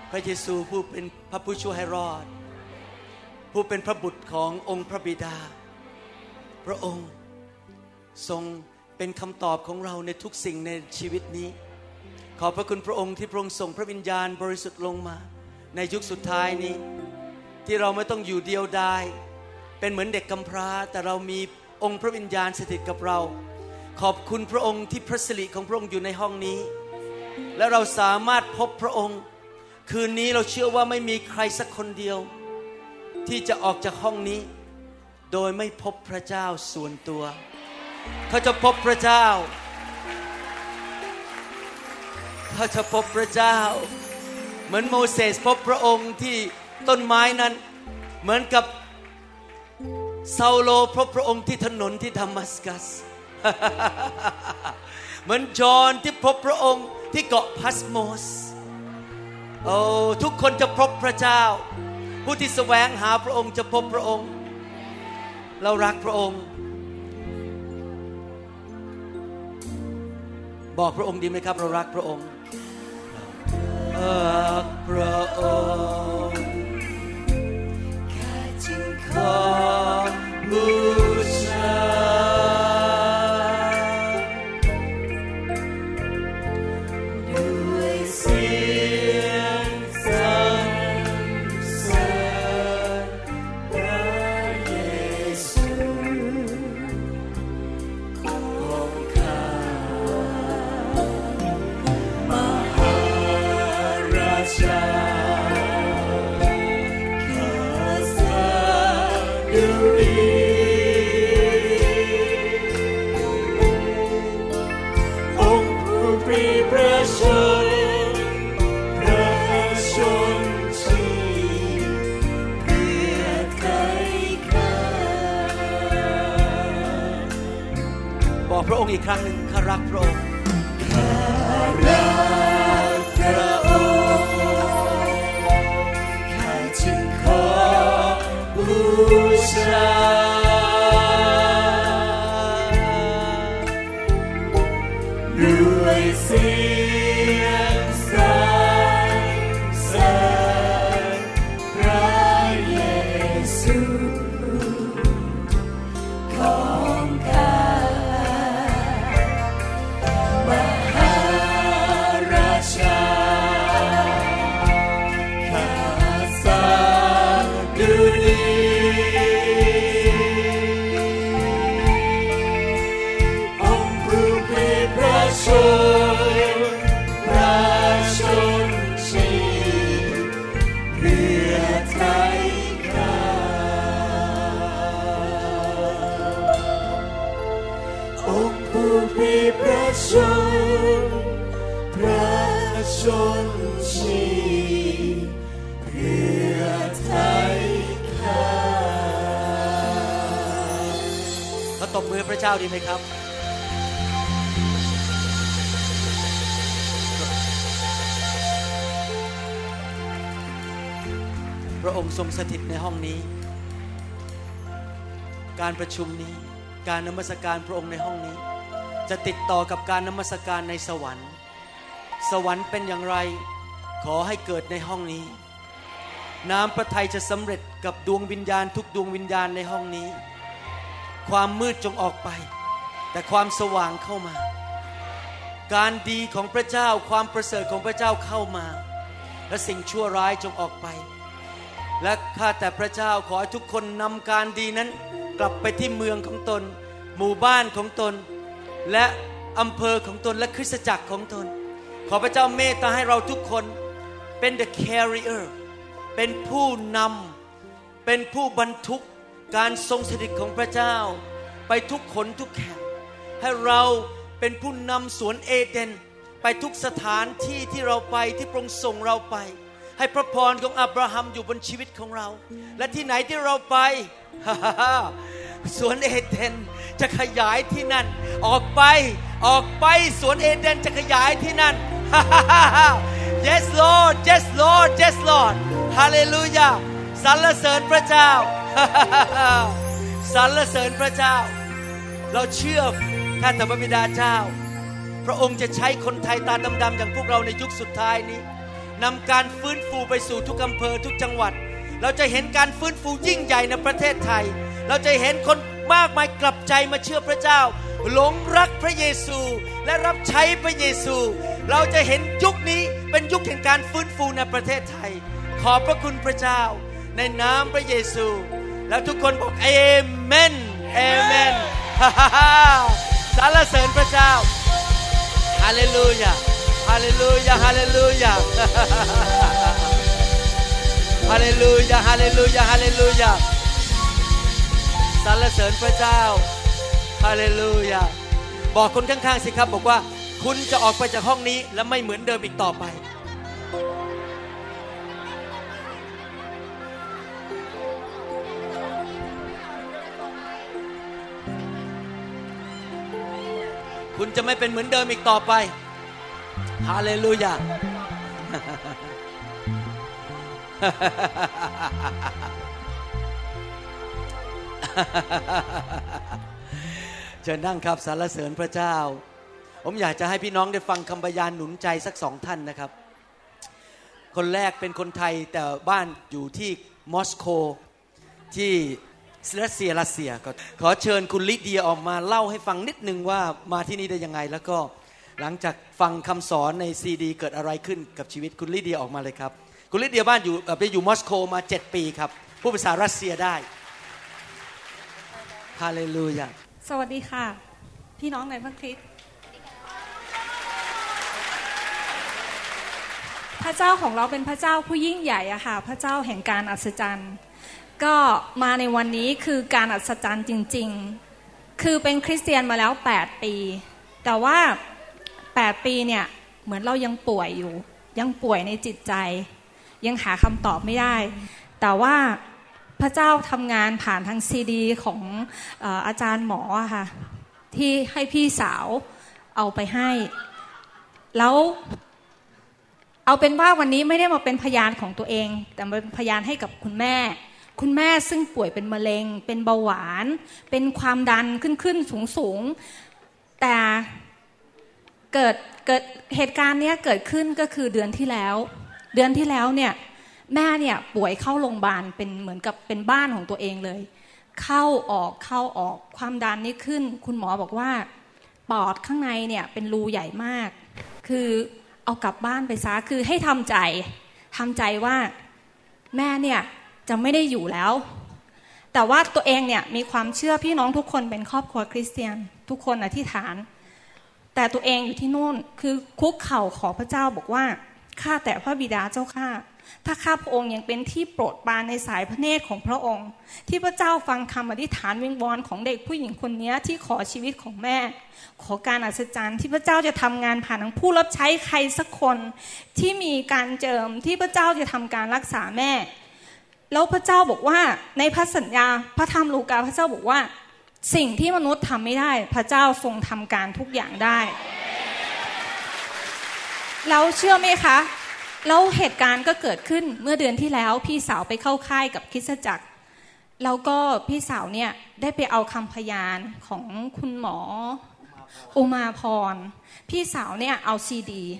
พระเยซูผู้เป็นพระผู้ช่วยให้รอดผู้เป็นพระบุตรขององค์พระบิดาพระองค์ทรงเป็นคำตอบของเราในทุกสิ่งในชีวิตนี้ขอบพระคุณพระองค์ที่พระองค์ส่งพระวิญญาณบริสุทธิ์ลงมาในยุคสุดท้ายนี้ที่เราไม่ต้องอยู่เดียวดายเป็นเหมือนเด็กกำพร้าแต่เรามีองค์พระวิญญาณสถิตกับเราขอบคุณพระองค์ที่พระสิริของพระองค์อยู่ในห้องนี้และเราสามารถพบพระองค์คืนนี้เราเชื่อว่าไม่มีใครสักคนเดียวที่จะออกจากห้องนี้โดยไม่พบพระเจ้าส่วนตัวเขาจะพบพระเจ้าเขาจะพบพระเจ้าเหมือนโมเสสพบพระองค์ที่ต้นไม้นั้นเหมือนกับซาโลพบพระองค์ที่ถนนที่ดามัสกัส เหมือนจอห์นที่พบพระองค์ที่เกาะพัสโมสโอ้ทุกคนจะพบพระเจ้าผู้ที่แสวงหาพระองค์จะพบพระองค์เรารักพระองค์บอกพระองค์ดีไหมครับเรารักพระองค์รักพระองค์ข้าจึงขอบูชาด้วยเสียงสรรเสริญพระเยซูของข้ามหาราชาข้าสดุดีองค์ผู้ปรีพระชนพระชนชีเพื่อไถ่ข้าบอกพระองค์อีกครั้งหนึ่งข้ารักพระองค์ข้ารักพระองค์ข้าจึงขอบูชาด้วยเสียงสรรเสริญพระเยซูของข้ามหาราชาข้าสดุดีองค์ผู้เป็นพระชนพระชนชีเพื่อไถ่ข้าองค์ผู้เป็นพระชนพระชนชีเพื่อไถ่ข้าเราตบมือพระเจ้าดีไหมครับพระองค์ทรงสถิตในห้องนี้การประชุมนี้การนมัสการพระองค์ในห้องนี้จะติดต่อกับการนมัสการในสวรรค์สวรรค์เป็นอย่างไรขอให้เกิดในห้องนี้น้ำพระทัยจะสำเร็จกับดวงวิญญาณทุกดวงวิญญาณในห้องนี้ความมืดจงออกไปแต่ความสว่างเข้ามาการดีของพระเจ้าความประเสริฐของพระเจ้าเข้ามาและสิ่งชั่วร้ายจงออกไปและข้าแต่พระเจ้าขอให้ทุกคนนำการดีนั้นกลับไปที่เมืองของตนหมู่บ้านของตนและอำเภอของตนและคริสตจักรของตนขอพระเจ้าเมตตาให้เราทุกคนเป็น the carrier เป็นผู้นำเป็นผู้บรรทุกการทรงสถิตของพระเจ้าไปทุกขนทุกแห่งให้เราเป็นผู้นำสวนเอเดนไปทุกสถานที่ที่เราไปที่พระองค์ส่งเราไปให้พระพรของอับราฮัมอยู่บนชีวิตของเราและที่ไหนที่เราไป สวนเอเดนจะขยายที่นั่นออกไปสวนเอเดนจะขยายที่นั่น Yes Lord Yes Lord Yes Lord Hallelujah สรรเสริญพระเจ้า สรรเสริญพระเจ้าเราเชื่อข้าแต่พระบิดาเจ้าพระองค์จะใช้คนไทยตาดำๆอย่างพวกเราในยุคสุดท้ายนี้นำการฟื้นฟูไปสู่ทุกอำเภอทุกจังหวัดเราจะเห็นการฟื้นฟูยิ่งใหญ่ในประเทศไทยเราจะเห็นคนมากมายกลับใจมาเชื่อพระเจ้าหลงรักพระเยซูและรับใช้พระเยซูเราจะเห็นยุคนี้เป็นยุคแห่งการฟื้นฟูในประเทศไทยขอบพระคุณพระเจ้าในนามพระเยซูแล้วทุกคนบอกเอเมนเอเมนสรรเสริญพระเจ้าฮาเลลูยาฮาเลลูยาฮาเลลูยาฮาเลลูยาฮาเลลูยาฮาเลลูยาสรรเสริญพระเจ้าฮาเลลูยาบอกคนข้างๆสิครับบอกว่าคุณจะออกไปจากห้องนี้และไม่เหมือนเดิมอีกต่อไปคุณจะไม่เป็นเหมือนเดิมอีกต่อไปฮาเลลูยาเชิญนั่งครับสรรเสริญพระเจ้าผมอยากจะให้พี่น้องได้ฟังคำพยานหนุนใจสัก2ท่านนะครับคนแรกเป็นคนไทยแต่บ้านอยู่ที่มอสโกที่รัสเซียก็ขอเชิญคุณลิเดียออกมาเล่าให้ฟังนิดนึงว่ามาที่นี่ได้ยังไงแล้วก็หลังจากฟังคำสอนในซีดีเกิดอะไรขึ้นกับชีวิตคุณลิเดียออกมาเลยครับคุณลิเดียบ้านอยู่ไปอยู่มอสโกมา7 ปีครับพูดภาษารัสเซียได้ฮาเลลูยาสวัสดีค่ะพี่น้องในพระคริสต์พระเจ้าของเราเป็นพระเจ้าผู้ยิ่งใหญ่อะค่ะพระเจ้าแห่งการอัศจรรย์ก็มาในวันนี้คือการอัศจรรย์จริงๆคือเป็นคริสเตียนมาแล้ว8 ปีแต่ว่า8 ปีเนี่ยเหมือนเรายังป่วยอยู่ยังป่วยในจิตใจยังหาคำตอบไม่ได้แต่ว่าพระเจ้าทำงานผ่านทางซีดีของอาจารย์หมอค่ะที่ให้พี่สาวเอาไปให้แล้วเอาเป็นว่าวันนี้ไม่ได้มาเป็นพยานของตัวเองแต่เป็นพยานให้กับคุณแม่ซึ่งป่วยเป็นมะเร็งเป็นเบาหวานเป็นความดันขึ้นสูงแต่เกิดเหตุการณ์นี้เกิดขึ้นก็คือเดือนที่แล้วเนี่ยแม่เนี่ยป่วยเข้าโรงพยาบาลเป็นเหมือนกับเป็นบ้านของตัวเองเลยเข้าออกความดันนี่ขึ้นคุณหมอบอกว่าปอดข้างในเนี่ยเป็นรูใหญ่มากคือเอากลับบ้านไปซะคือให้ทำใจว่าแม่เนี่ยจะไม่ได้อยู่แล้วแต่ว่าตัวเองเนี่ยมีความเชื่อพี่น้องทุกคนเป็นครอบครัวคริสเตียนทุกคนอธิษฐานแต่ตัวเองอยู่ที่นู่นคือคุกเข่าขอพระเจ้าบอกว่าข้าแต่พระบิดาเจ้าข้าถ้าข้าพระองค์ยังเป็นที่โปรดปรานในสายพระเนตรของพระองค์ที่พระเจ้าฟังคำอธิษฐานวิงวอนของเด็กผู้หญิงคนนี้ที่ขอชีวิตของแม่ขอการอัศจรรย์ที่พระเจ้าจะทำงานผ่านทางผู้รับใช้ใครสักคนที่มีการเจิมที่พระเจ้าจะทำการรักษาแม่แล้วพระเจ้าบอกว่าในพระสัญญาพระธรรมลูกาพระเจ้าบอกว่าสิ่งที่มนุษย์ทำไม่ได้พระเจ้าทรงทำการทุกอย่างได้เราเชื่อไหมคะแล้วเหตุการณ์ก็เกิดขึ้นเมื่อเดือนที่แล้วพี่สาวไปเข้าค่ายกับคริสตจักรแล้วก็พี่สาวเนี่ยได้ไปเอาคำพยานของคุณหมออุมาพรพี่สาวเนี่ยเอาซี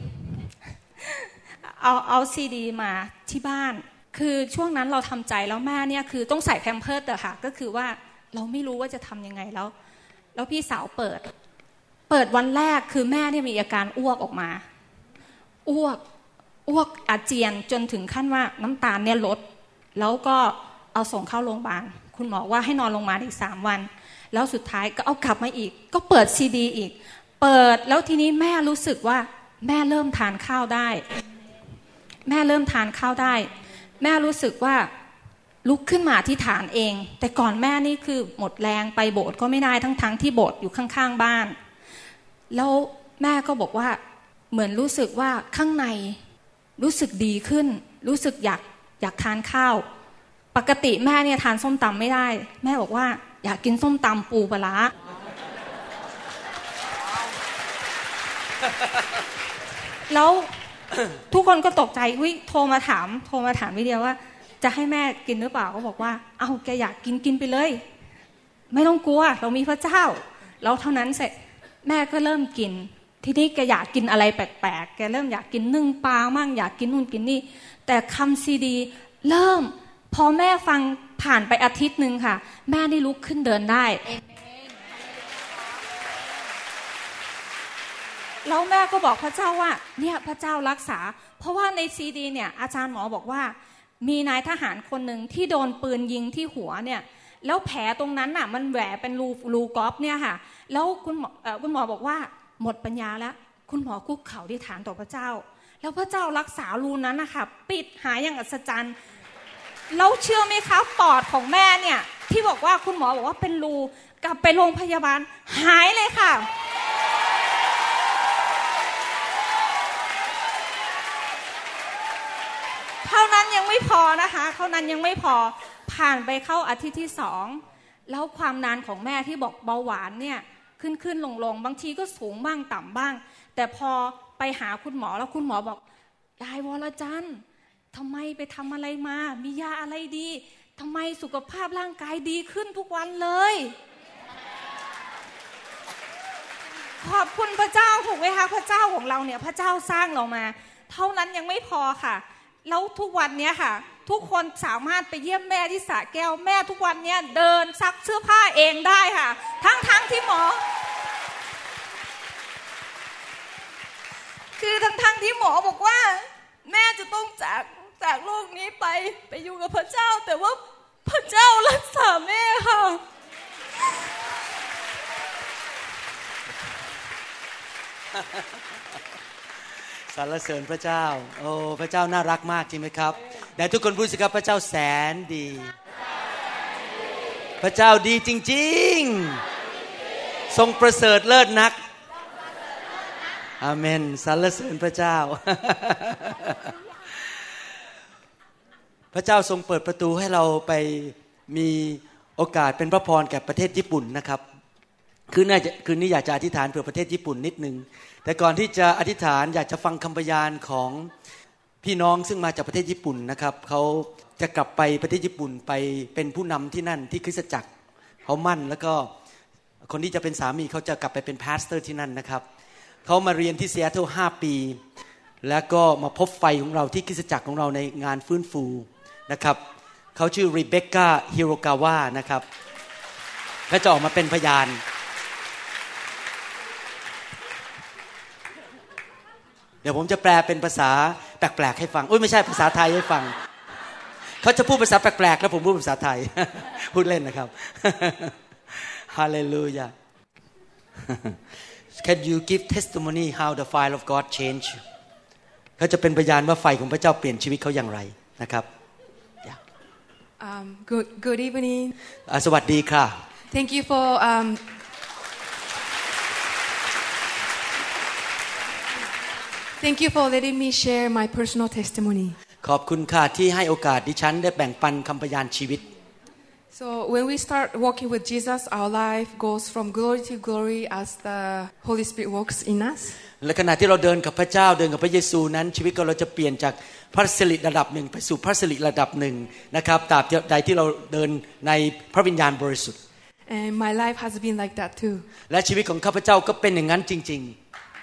ดีมาที่บ้านคือช่วงนั้นเราทำใจแล้วแม่เนี่ยคือต้องใส่แพมเพิร์สอะค่ะก็คือว่าเราไม่รู้ว่าจะทำยังไงแล้วพี่สาวเปิดวันแรกคือแม่เนี่ยมีอาการอ้วกออกมาอ้วกอาเจียนจนถึงขั้นว่าน้ำตาลเนี่ยลดแล้วก็เอาส่งเข้าโรงพยาบาลคุณหมอว่าให้นอนโรงพยาบาลอีก3 วันแล้วสุดท้ายก็เอากลับมาอีกก็เปิดซีดีอีกเปิดแล้วทีนี้แม่รู้สึกว่าแม่เริ่มทานข้าวได้แม่รู้สึกว่าลุกขึ้นมาอธิษฐานเองแต่ก่อนแม่นี่คือหมดแรงไปโบสถ์ก็ไม่ได้ทั้งที่โบสถ์อยู่ข้างๆบ้านแล้วแม่ก็บอกว่าเหมือนรู้สึกว่าข้างในรู้สึกดีขึ้นรู้สึกอยากทานข้าวปกติแม่เนี่ยทานส้มตำไม่ได้แม่บอกว่าอยากกินส้มตำปูปลาร้าแล้วทุกคนก็ตกใจโทรมาถามวิเดียว่าจะให้แม่กินหรือเปล่าก็บอกว่าเอ้าแกอยากกินไปเลยไม่ต้องกลัวเรามีพระเจ้าแล้วเท่านั้นเสร็จแม่ก็เริ่มกินทีนี้แกอยากกินอะไรแปลกๆแกเริ่มอยากกินนึ่งปลามั่งอยากกินนู่นกินนี่แต่คำซีดีเริ่มพอแม่ฟังผ่านไปอาทิตย์นึงค่ะแม่ได้ลุกขึ้นเดินได้แล้วแม่ก็บอกพระเจ้าว่าเนี่ยพระเจ้ารักษาเพราะว่าในซีดีเนี่ยอาจารย์หมอบอกว่ามีนายทหารคนหนึ่งที่โดนปืนยิงที่หัวเนี่ยแล้วแผลตรงนั้นน่ะมันแหวะเป็นรูกอล์ฟเนี่ยค่ะแล้วคุณหมอบอกว่าหมดปัญญาแล้วคุณหมอคุกเข่าที่ฐานต่อพระเจ้าแล้วพระเจ้ารักษารูนั้นนะคะปิดหายอย่างอัศจรรย์แล้วเชื่อไหมคะปอดของแม่เนี่ยที่บอกว่าคุณหมอบอกว่าเป็นรูกลับไปโรงพยาบาลหายเลยค่ะเท่านั้นยังไม่พอนะคะเท่านั้นยังไม่พอผ่านไปเข้าอาทิตย์ที่2แล้วความนานของแม่ที่บอกเบาหวานเนี่ยขึ้นลงบางทีก็สูงบ้างต่ำบ้างแต่พอไปหาคุณหมอแล้วคุณหมอบอกยายวรจันทร์ทำไมไปทำอะไรมามียาอะไรดีทำไมสุขภาพร่างกายดีขึ้นทุกวันเลยขอบคุณพระเจ้าถูกไหมคะพระเจ้าของเราเนี่ยพระเจ้าสร้างเรามาเท่านั้นยังไม่พอค่ะแล้วทุกวันนี้ค่ะทุกคนสามารถไปเยี่ยมแม่ที่สระแก้วแม่ทุกวันนี้เดินซักเสื้อผ้าเองได้ค่ะทั้งที่หมอคือทั้งที่หมอบอกว่าแม่จะต้องจากโลกนี้ไปอยู่กับพระเจ้าแต่ว่าพระเจ้ารักษาแม่ค่ะสรรเสริญพระเจ้าโอ้พระเจ้าน่ารักมากจริงไหมครับแต่ทุกคนพูดสิครับพระเจ้าแสนดีพระเจ้าดีจริงๆทรงประเสริฐเลิศนักอาเมนสรรเสริญพระเจ้า พระเจ้าทรงเปิดประตูให้เราไปมีโอกาสเป็นพระพรแก่ประเทศญี่ปุ่นนะครับคืนนี้อยากจะอธิษฐานเพื่อประเทศญี่ปุ่นนิดนึงแต่ก่อนที่จะอธิษฐานอยากจะฟังคำพยานของพี่น้องซึ่งมาจากประเทศญี่ปุ่นนะครับเขาจะกลับไปประเทศญี่ปุ่นไปเป็นผู้นำที่นั่นที่คริสตจักรเขามั่นแล้วก็คนที่จะเป็นสามีเขาจะกลับไปเป็นพาสเตอร์ที่นั่นนะครับเขามาเรียนที่ซีแอตเทิล5 ปีแล้วก็มาพบไฟของเราที่คริสตจักรของเราในงานฟื้นฟูนะครับเขาชื่อรีเบคก้าฮิโรกาวะนะครับเขาจะออกมาเป็นพยานเดี๋ยวผมจะแปลเป็นภาษาแปลกๆให้ฟังไม่ใช่ภาษาไทยให้ฟังเขาจะพูดภาษาแปลกๆแล้วผมพูดภาษาไทย พูดเล่นนะครับ Hallelujah Can you give testimony how the fire of God changed you เขาจะเป็นพยานว่าไฟของพระเจ้าเปลี่ยนชีวิตเขาอย่างไรนะครับ Good evening สวัสดีค่ะ Thank you for Thank you for letting me share my personal testimony ขอบคุณค่ะที่ให้โอกาสดิฉันได้แบ่งปันคำพยานชีวิต So when we start walking with Jesus our life goes from glory to glory as the Holy Spirit works in us และขณะที่เราเดินกับพระเจ้าเดินกับพระเยซูนั้นชีวิตของเราจะเปลี่ยนจากพระสิริระดับหนึ่งไปสู่พระสิริระดับหนึ่งนะครับตราบใดที่เราเดินในพระวิญญาณบริสุทธิ์ And my life has been like that too และชีวิตของข้าพเจ้าก็เป็นอย่างนั้นจริงๆ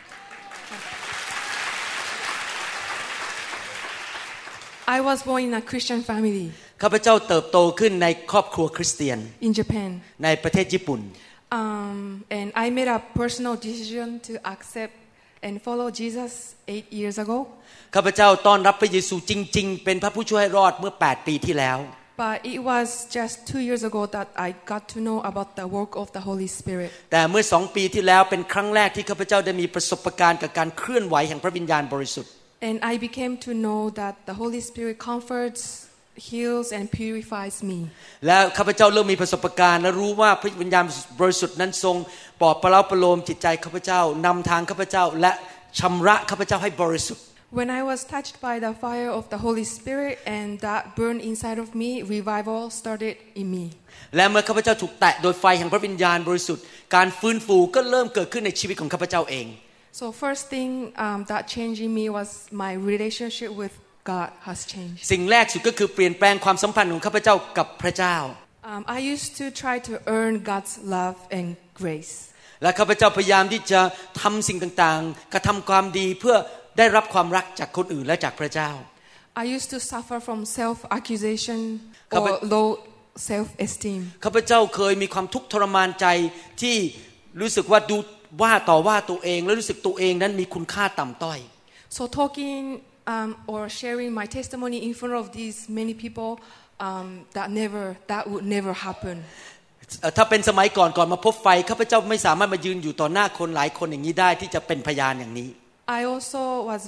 I was born in a Christian family ข้าพเจ้าเติบโตขึ้นในครอบครัวคริสเตียน in Japan ในประเทศญี่ปุ่น and I made a personal decision to accept and follow Jesus 8 years ago ข้าพเจ้าต้อนรับพระเยซูจริงๆเป็นพระผู้ช่วยให้รอดเมื่อ8 ปีที่แล้ว But it was just 2 years ago that I got to know about the work of the Holy Spirit แต่เมื่อ2 ปีที่แล้วเป็นครั้งแรกที่ข้าพเจ้าได้มีประสบการณ์กับการเคลื่อนไหวแห่งพระวิญญาณบริสุทธิ์ And I became to know that the Holy Spirit comforts, heals, and purifies me. และข้าพเจ้าเริ่มมีประสบการณ์และรู้ว่าพระวิญญาณบริสุทธิ์นั้นทรงปลอบประโลมประโลมจิตใจข้าพเจ้านำทางข้าพเจ้าและชำระข้าพเจ้าให้บริสุทธิ์ When I was touched by the fire of the Holy Spirit and that burned inside of me, revival started in me. และเมื่อข้าพเจ้าถูกแตะโดยไฟแห่งพระวิญญาณบริสุทธิ์การฟื้นฟูก็เริ่มเกิดขึ้นในชีวิตของข้าพเจ้าเอง So first thing that changed in me was my relationship with God has changed. สิ่งแรกสุดก็คือเปลี่ยนแปลงความสัมพันธ์ของข้าพเจ้ากับพระเจ้า I used to try to earn God's love and grace. และข้าพเจ้าพยายามที่จะทำสิ่งต่างๆกระทำความดีเพื่อได้รับความรักจากคนอื่นและจากพระเจ้า I used to suffer from self-accusation or low self-esteem ข้าพเจ้าเคยมีความทุกข์ทรมานใจที่รู้สึกว่าดูว่าต่อว่าตัวเองและรู้สึกตัวเองนั้นมีคุณค่าต่ำต้อย So talking or sharing my testimony in front of these many people that would never happen ถ้าเป็นสมัยก่อนมาพบไฟข้าพเจ้าไม่สามารถมายืนอยู่ต่อหน้าคนหลายคนอย่างนี้ได้ที่จะเป็นพยานอย่างนี้ I also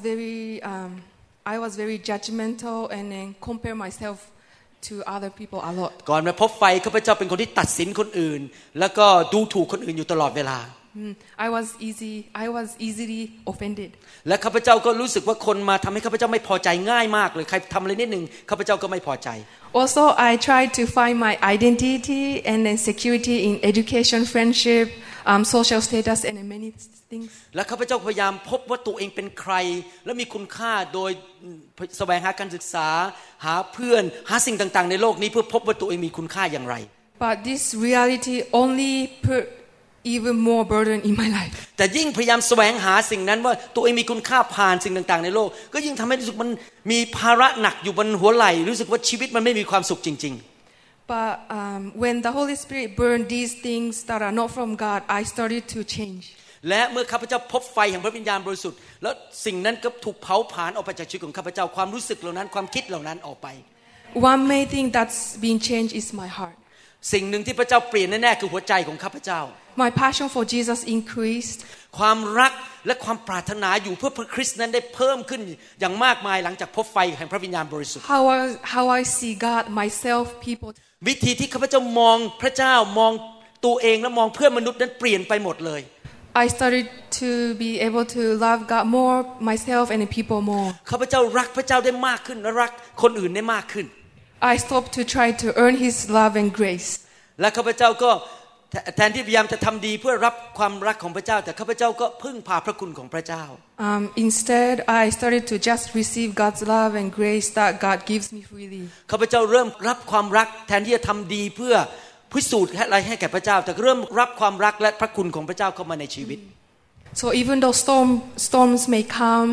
was very judgmental and then compare myself to other people a lot ก่อนมาพบไฟข้าพเจ้าเป็นคนที่ตัดสินคนอื่นแล้วก็ดูถูกคนอื่นอยู่ตลอดเวลา I was easily offended และข้าพเจ้าก็รู้สึกว่าคนมาทำให้ข้าพเจ้าไม่พอใจง่ายมากเลยใครทำอะไรนิดนึงข้าพเจ้าก็ไม่พอใจ Also I tried to find my identity and then security in education friendship social status and many things และข้าพเจ้าพยายามพบว่าตัวเองเป็นใครและมีคุณค่าโดยแสวงหาการศึกษาหาเพื่อนหาสิ่งต่างๆในโลกนี้เพื่อพบว่าตัวเองมีคุณค่าอย่างไร But this reality only put even more burden in my life แต่ยิ่งพยายามแสวงหาสิ่งนั้นว่าตัวเองมีคุณค่าผ่านสิ่งต่างๆในโลกก็ยิ่งทำให้รู้สึกมันมีภาระหนักอยู่บนหัวไหล่รู้สึกว่าชีวิตมันไม่มีความสุขจริงๆ But when the Holy Spirit burned these things that are not from God I started to change และเมื่อข้าพเจ้าพบไฟแห่งพระวิญญาณบริสุทธิ์แล้วสิ่งนั้นก็ถูกเผาผลาญออกไปจากชีวิตของข้าพเจ้าความรู้สึกเหล่านั้นความคิดเหล่านั้นออกไป One main thing that's being changed is my heart สิ่งหนึ่งที่พระเจ้าเปลี่ยนแน่ๆคือหัวใจของข้าพเจ้า My passion for Jesus increased ความรักและความปรารถนาอยู่เพื่อพระคริสต์นั้นได้เพิ่มขึ้นอย่างมากมายหลังจากพบไฟแห่งพระวิญญาณบริสุทธิ์ How I see God myself people วิธีที่ข้าพเจ้ามองพระเจ้ามองตัวเองและมองเพื่อนมนุษย์นั้นเปลี่ยนไปหมดเลย I started to be able to love God more myself and people more ข้าพเจ้ารักพระเจ้าได้มากขึ้นและรักคนอื่นได้มากขึ้น I stopped to try to earn His love and grace และข้าพเจ้าก็แทนที่พยายามจะทำดีเพื่อรับความรักของพระเจ้าแต่ข้าพเจ้าก็พึ่งพาพระคุณของพระเจ้า Instead I started to just receive God's love and grace that God gives me freely ข้าพเจ้าเริ่มรับความรักแทนที่จะทำดีเพื่อพิสูจน์อะไรให้แก่พระเจ้าแต่เริ่มรับความรักและพระคุณของพระเจ้าเข้ามาในชีวิต So even though storms may come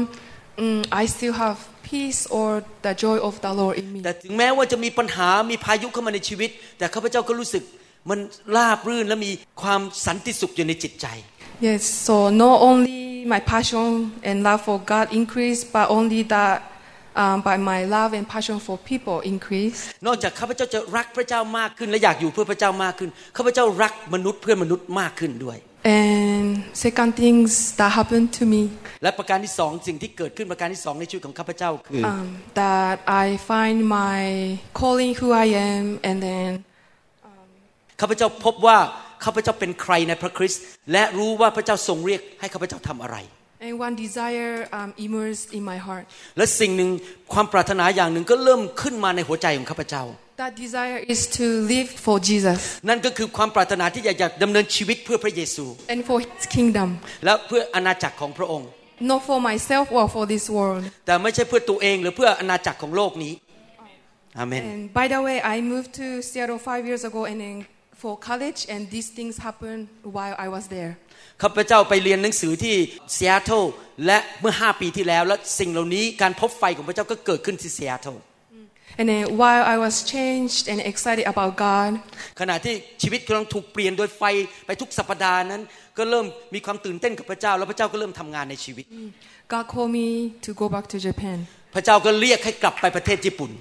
I still have peace or the joy of the Lord in me แต่ถึงแม้ว่าจะมีปัญหามีพายุเข้ามาในชีวิตแต่ข้าพเจ้าก็รู้สึกมันราบรื่นและมีความสันติสุขอยู่ในจิตใจ Yes so not only my passion and love for God increased but only that by my love and passion for people increase นอกจากข้าพเจ้าจะรักพระเจ้ามากขึ้นและอยากอยู่เพื่อพระเจ้ามากขึ้นข้าพเจ้ารักมนุษย์เพื่อนมนุษย์มากขึ้นด้วย And second things that happened to me และประการที่สองสิ่งที่เกิดขึ้นประการที่สองในชีวิตของข้าพเจ้าคือ that I find my calling who I am and then ข้าพเจ้าพบว่าข้าพเจ้าเป็นใครในพระคริสต์และรู้ว่าพระเจ้าทรงเรียกให้ข้าพเจ้าทำอะไร And one desire immersed in my heart และสิ่งหนึ่งความปรารถนาอย่างหนึ่งก็เริ่มขึ้นมาในหัวใจของข้าพเจ้า That desire is to live for Jesus นั่นก็คือความปรารถนาที่อยากจะดำเนินชีวิตเพื่อพระเยซู and for His kingdom และเพื่ออาณาจักรของพระองค์ Not for myself or for this world แต่ไม่ใช่เพื่อตัวเองหรือเพื่ออาณาจักรของโลกนี้อาเมน And by the way I moved to Seattle 5 years ago and then for college and these things happened while I was there ข้าพเจ้าไปเรียนหนังสือที่ซีแอตเทิลและเมื่อ5 ปีที่แล้วและสิ่งเหล่านี้การพบไฟของพระเจ้าก็เกิดขึ้นที่ซีแอตเทิล And then while I was changed and excited about God ขณะที่ชีวิตกำลังถูกเปลี่ยนโดยไฟไปทุกสัปดาห์นั้นก็เริ่มมีความตื่นเต้นกับพระเจ้าแล้วพระเจ้าก็เริ่มทำงานในชีวิต God called me to go back to Japan พระเจ้าก็เรียกให้กลับไปประเทศญี่ปุ่น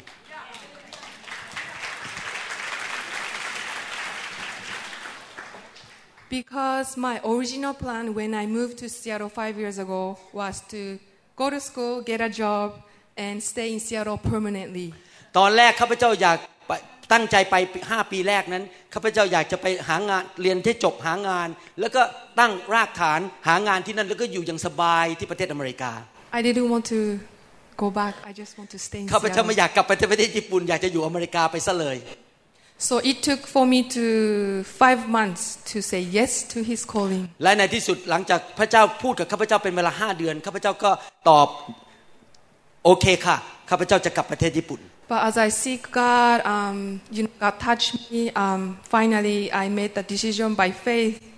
Because my original plan when I moved to Seattle 5 years ago was to go to school, get a job, and stay in Seattle permanently. ตอนแรกข้าพเจ้าอยากตั้งใจไป5 ปีแรกนั้นข้าพเจ้าอยากจะไปหางานเรียนให้จบหางานแล้วก็ตั้งรากฐานหางานที่นั่นแล้วก็อยู่อย่างสบายที่ประเทศอเมริกา I didn't want to go back. I just want to stay in ข้าพเจ้าไม่ Seattle. อยากกลับไปประเทศญี่ปุ่นอยากจะอยู่อเมริกาไปซะเลย So it took for me to 5 months to say yes to His calling. และในที่สุดหลังจากพระเจ้าพูดกับข้าพเจ้าเป็นเวลา5 เดือนข้าพเจ้าก็ตอบโอเคค่ะข้าพเจ้าจะกลับประเทศญี่ปุ่น But as I seek God, God touched me. Finally, I made the decision by faith,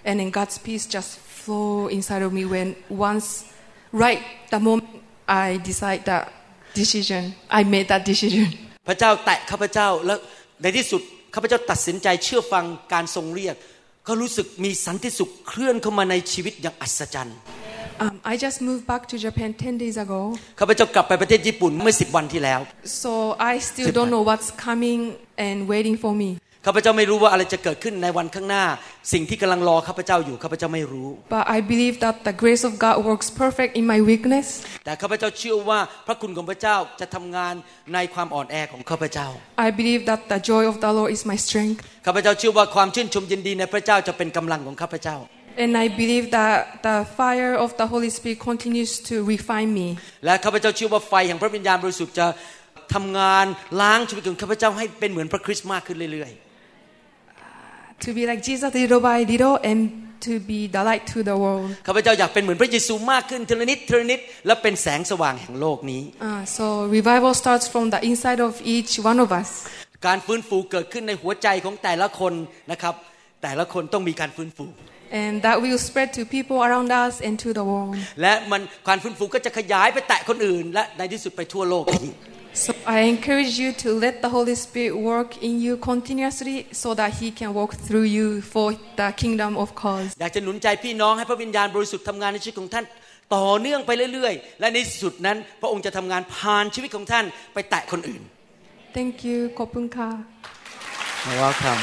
and then God's peace just flow inside of me when once right the moment I decide that decision I made that decision พระเจ้าแตะข้าพเจ้าแล้วในที่สุดข้าพเจ้าตัดสินใจเชื่อฟังการทรงเรียกก็รู้สึกมีสันติสุขเคลื่อนเข้ามาในชีวิตอย่างอัศจรรย์ I just moved back to Japan 10 days ago ข้าพเจ้ากลับไปประเทศญี่ปุ่นเมื่อ10 วันที่แล้ว so I still don't know what's coming and waiting for me ข้าพเจ้าไม่รู้ว่าอะไรจะเกิดขึ้นในวันข้างหน้าสิ่งที่กำลังรอข้าพเจ้าอยู่ข้าพเจ้าไม่รู้ but I believe that the grace of God works perfect in my weakness แต่ข้าพเจ้าเชื่อว่าพระคุณของพระเจ้าจะทำงานในความอ่อนแอของข้าพเจ้า I believe that the joy of the Lord is my strength ข้าพเจ้าเชื่อว่าความชื่นชมยินดีในพระเจ้าจะเป็นกำลังของข้าพเจ้า and I believe that the fire of the Holy Spirit continues to refine me และข้าพเจ้าเชื่อว่าไฟแห่งพระวิญญาณบริสุทธิ์จะทำงานล้างชีวิตของข้าพเจ้าให้เป็นเหมือนพระคริสต์มากขึ้นเรื่อยๆ To be like Jesus little by little and to be the light to the world ข้าพเจ้าอยากเป็นเหมือนพระเยซูมากขึ้นทีละนิดทีละนิดและเป็นแสงสว่างแห่งโลกนี้ So revival starts from the inside of each one of us การฟื้นฟูเกิดขึ้นในหัวใจของแต่ละคนนะครับแต่ละคนต้องมีการฟื้นฟู And that will spread to people around us and to the world และมันการฟื้นฟูก็จะขยายไปแตะคนอื่นและในที่สุดไปทั่วโลกนี้ So I encourage you to let the Holy Spirit work in you continuously so that He can work through you for the kingdom of God อยากจะหนุนใจพี่น้องให้พระวิญญาณบริสุทธิ์ทำงานในชีวิตของท่านต่อเนื่องไปเรื่อยๆและในที่สุดนั้นพระองค์จะทำงานผ่านชีวิตของท่านไปแตะคนอื่น Thank you ขอบคุณค่ะ You're welcome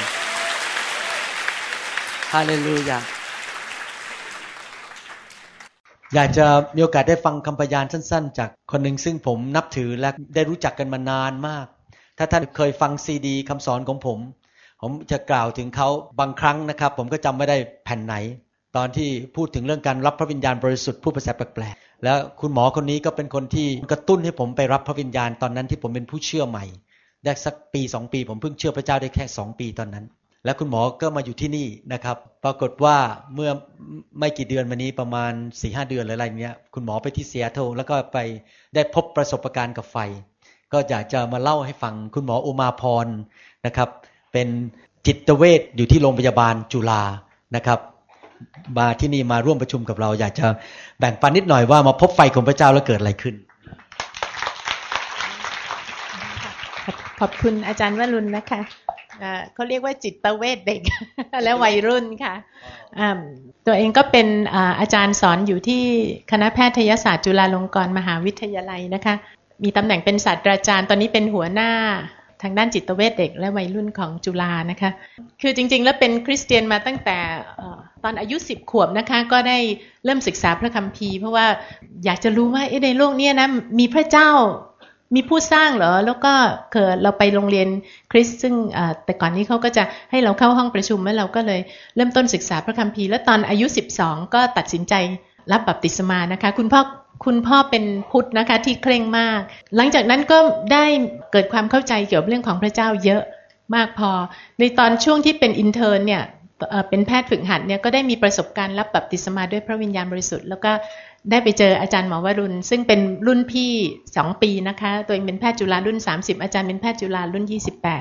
Hallelujah อยากจะมีโอกาสได้ฟังคำพยานสั้นๆจากคนหนึ่งซึ่งผมนับถือและได้รู้จักกันมานานมากถ้าท่านเคยฟังซีดีคำสอนของผมจะกล่าวถึงเขาบางครั้งนะครับผมก็จำไม่ได้แผ่นไหนตอนที่พูดถึงเรื่องการรับพระวิญญาณบริสุทธิ์พูดภาษาแปลกๆแล้วคุณหมอคนนี้ก็เป็นคนที่กระตุ้นให้ผมไปรับพระวิญญาณตอนนั้นที่ผมเป็นผู้เชื่อใหม่ได้สักปี2ปีผมเพิ่งเชื่อพระเจ้าได้แค่2ปีตอนนั้นแล้วคุณหมอก็มาอยู่ที่นี่นะครับปรากฏว่าเมื่อไม่กี่เดือนมานี้ประมาณ 4-5 เดือนหรืออะไรเงี้ยคุณหมอไปที่ซีแอตเทิลแล้วก็ไปได้พบประสบการณ์กับไฟก็อยากจะมาเล่าให้ฟังคุณหมออุมาพรนะครับเป็นจิตเวชอยู่ที่โรงพยาบาลจุฬานะครับมาที่นี่มาร่วมประชุมกับเราอยากจะแบ่งปันนิดหน่อยว่ามาพบไฟของพระเจ้าแล้วเกิดอะไรขึ้นขอบคุณอาจารย์วรุณนะคะเขาเรียกว่าจิตเวชเด็ก และวัยรุ่นค่ะตัวเองก็เป็นอาจารย์สอนอยู่ที่คณะแพทยศาสตร์จุฬาลงกรณ์มหาวิทยาลัยนะคะมีตำแหน่งเป็นศาสตราจารย์ตอนนี้เป็นหัวหน้าทางด้านจิตเวชเด็กและวัยรุ่นของจุฬานะคะคือจริงๆแล้วเป็นคริสเตียนมาตั้งแต่ตอนอายุ10 ขวบนะคะก็ได้เริ่มศึกษาพระคัมภีร์เพราะว่าอยากจะรู้ว่าในโลกนี้นะมีพระเจ้ามีผู้สร้างเหรอแล้วก็เราไปโรงเรียนคริสต์ซึ่งแต่ก่อนนี้เขาก็จะให้เราเข้าห้องประชุมแล้วเราก็เลยเริ่มต้นศึกษาพระคัมภีร์แล้วตอนอายุ12ก็ตัดสินใจรับบัพติศมานะคะคุณพ่อเป็นพุทธนะคะที่เคร่งมากหลังจากนั้นก็ได้เกิดความเข้าใจเกี่ยวกับเรื่องของพระเจ้าเยอะมากพอในตอนช่วงที่เป็นอินเทิร์นเนี่ยเป็นแพทย์ฝึกหัดเนี่ยก็ได้มีประสบการณ์รับบัพติศมาด้วยพระวิญญาณบริสุทธิ์แล้วก็ได้ไปเจออาจารย์หมอวรุณซึ่งเป็นรุ่นพี่2 ปีนะคะตัวเองเป็นแพทย์จุฬารุ่น30อาจารย์เป็นแพทย์จุฬารุ่น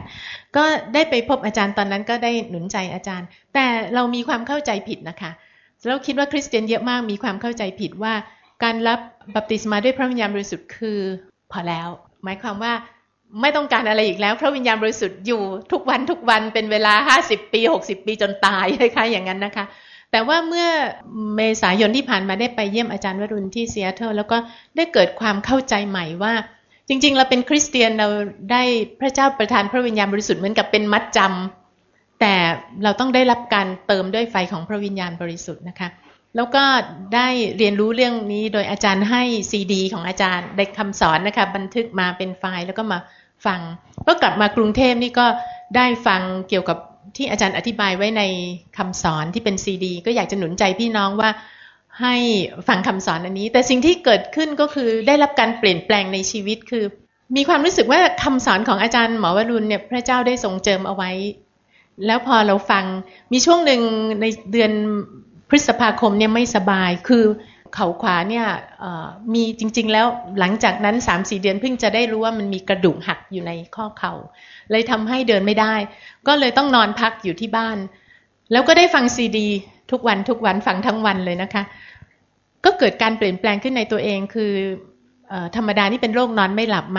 28ก็ได้ไปพบอาจารย์ตอนนั้นก็ได้หนุนใจอาจารย์แต่เรามีความเข้าใจผิดนะคะเราคิดว่าคริสเตียนเยอะมากมีความเข้าใจผิดว่าการรับบัพติศมาด้วยพระวิญญาณบริสุทธิ์คือพอแล้วหมายความว่าไม่ต้องการอะไรอีกแล้วพระวิญญาณบริสุทธิ์อยู่ทุกวันเป็นเวลา50 ปี60 ปีจนตายคล้ายๆอย่างนั้นนะคะแต่ว่าเมื่อเมษายนที่ผ่านมาได้ไปเยี่ยมอาจารย์วรุณที่ซีแอตเทิลแล้วก็ได้เกิดความเข้าใจใหม่ว่าจริงๆเราเป็นคริสเตียนเราได้พระเจ้าประทานพระวิญญาณบริสุทธิ์เหมือนกับเป็นมัดจำแต่เราต้องได้รับการเติมด้วยไฟของพระวิญญาณบริสุทธิ์นะคะแล้วก็ได้เรียนรู้เรื่องนี้โดยอาจารย์ให้ซีดีของอาจารย์ได้คำสอนนะคะบันทึกมาเป็นไฟล์แล้วก็มาฟังก็กลับมากรุงเทพนี่ก็ได้ฟังเกี่ยวกับที่อาจารย์อธิบายไว้ในคำสอนที่เป็นซีดีก็อยากจะหนุนใจพี่น้องว่าให้ฟังคำสอนอันนี้แต่สิ่งที่เกิดขึ้นก็คือได้รับการเปลี่ยนแปลงในชีวิตคือมีความรู้สึกว่าคำสอนของอาจารย์หมอวรุณเนี่ยพระเจ้าได้ทรงเจิมเอาไว้แล้วพอเราฟังมีช่วงหนึ่งในเดือนพฤษภาคมเนี่ยไม่สบายคือเข่าขวาเนี่ยมีจริงๆแล้วหลังจากนั้น 3-4 เดือนเพิ่งจะได้รู้ว่ามันมีกระดูกหักอยู่ในข้อเข่าเลยทำให้เดินไม่ได้ก็เลยต้องนอนพักอยู่ที่บ้านแล้วก็ได้ฟังซีดีทุกวันฟังทั้งวันเลยนะคะก็เกิดการเปลี่ยนแปลงขึ้นในตัวเองคือธรรมดานี่เป็นโรคนอนไม่หลับมา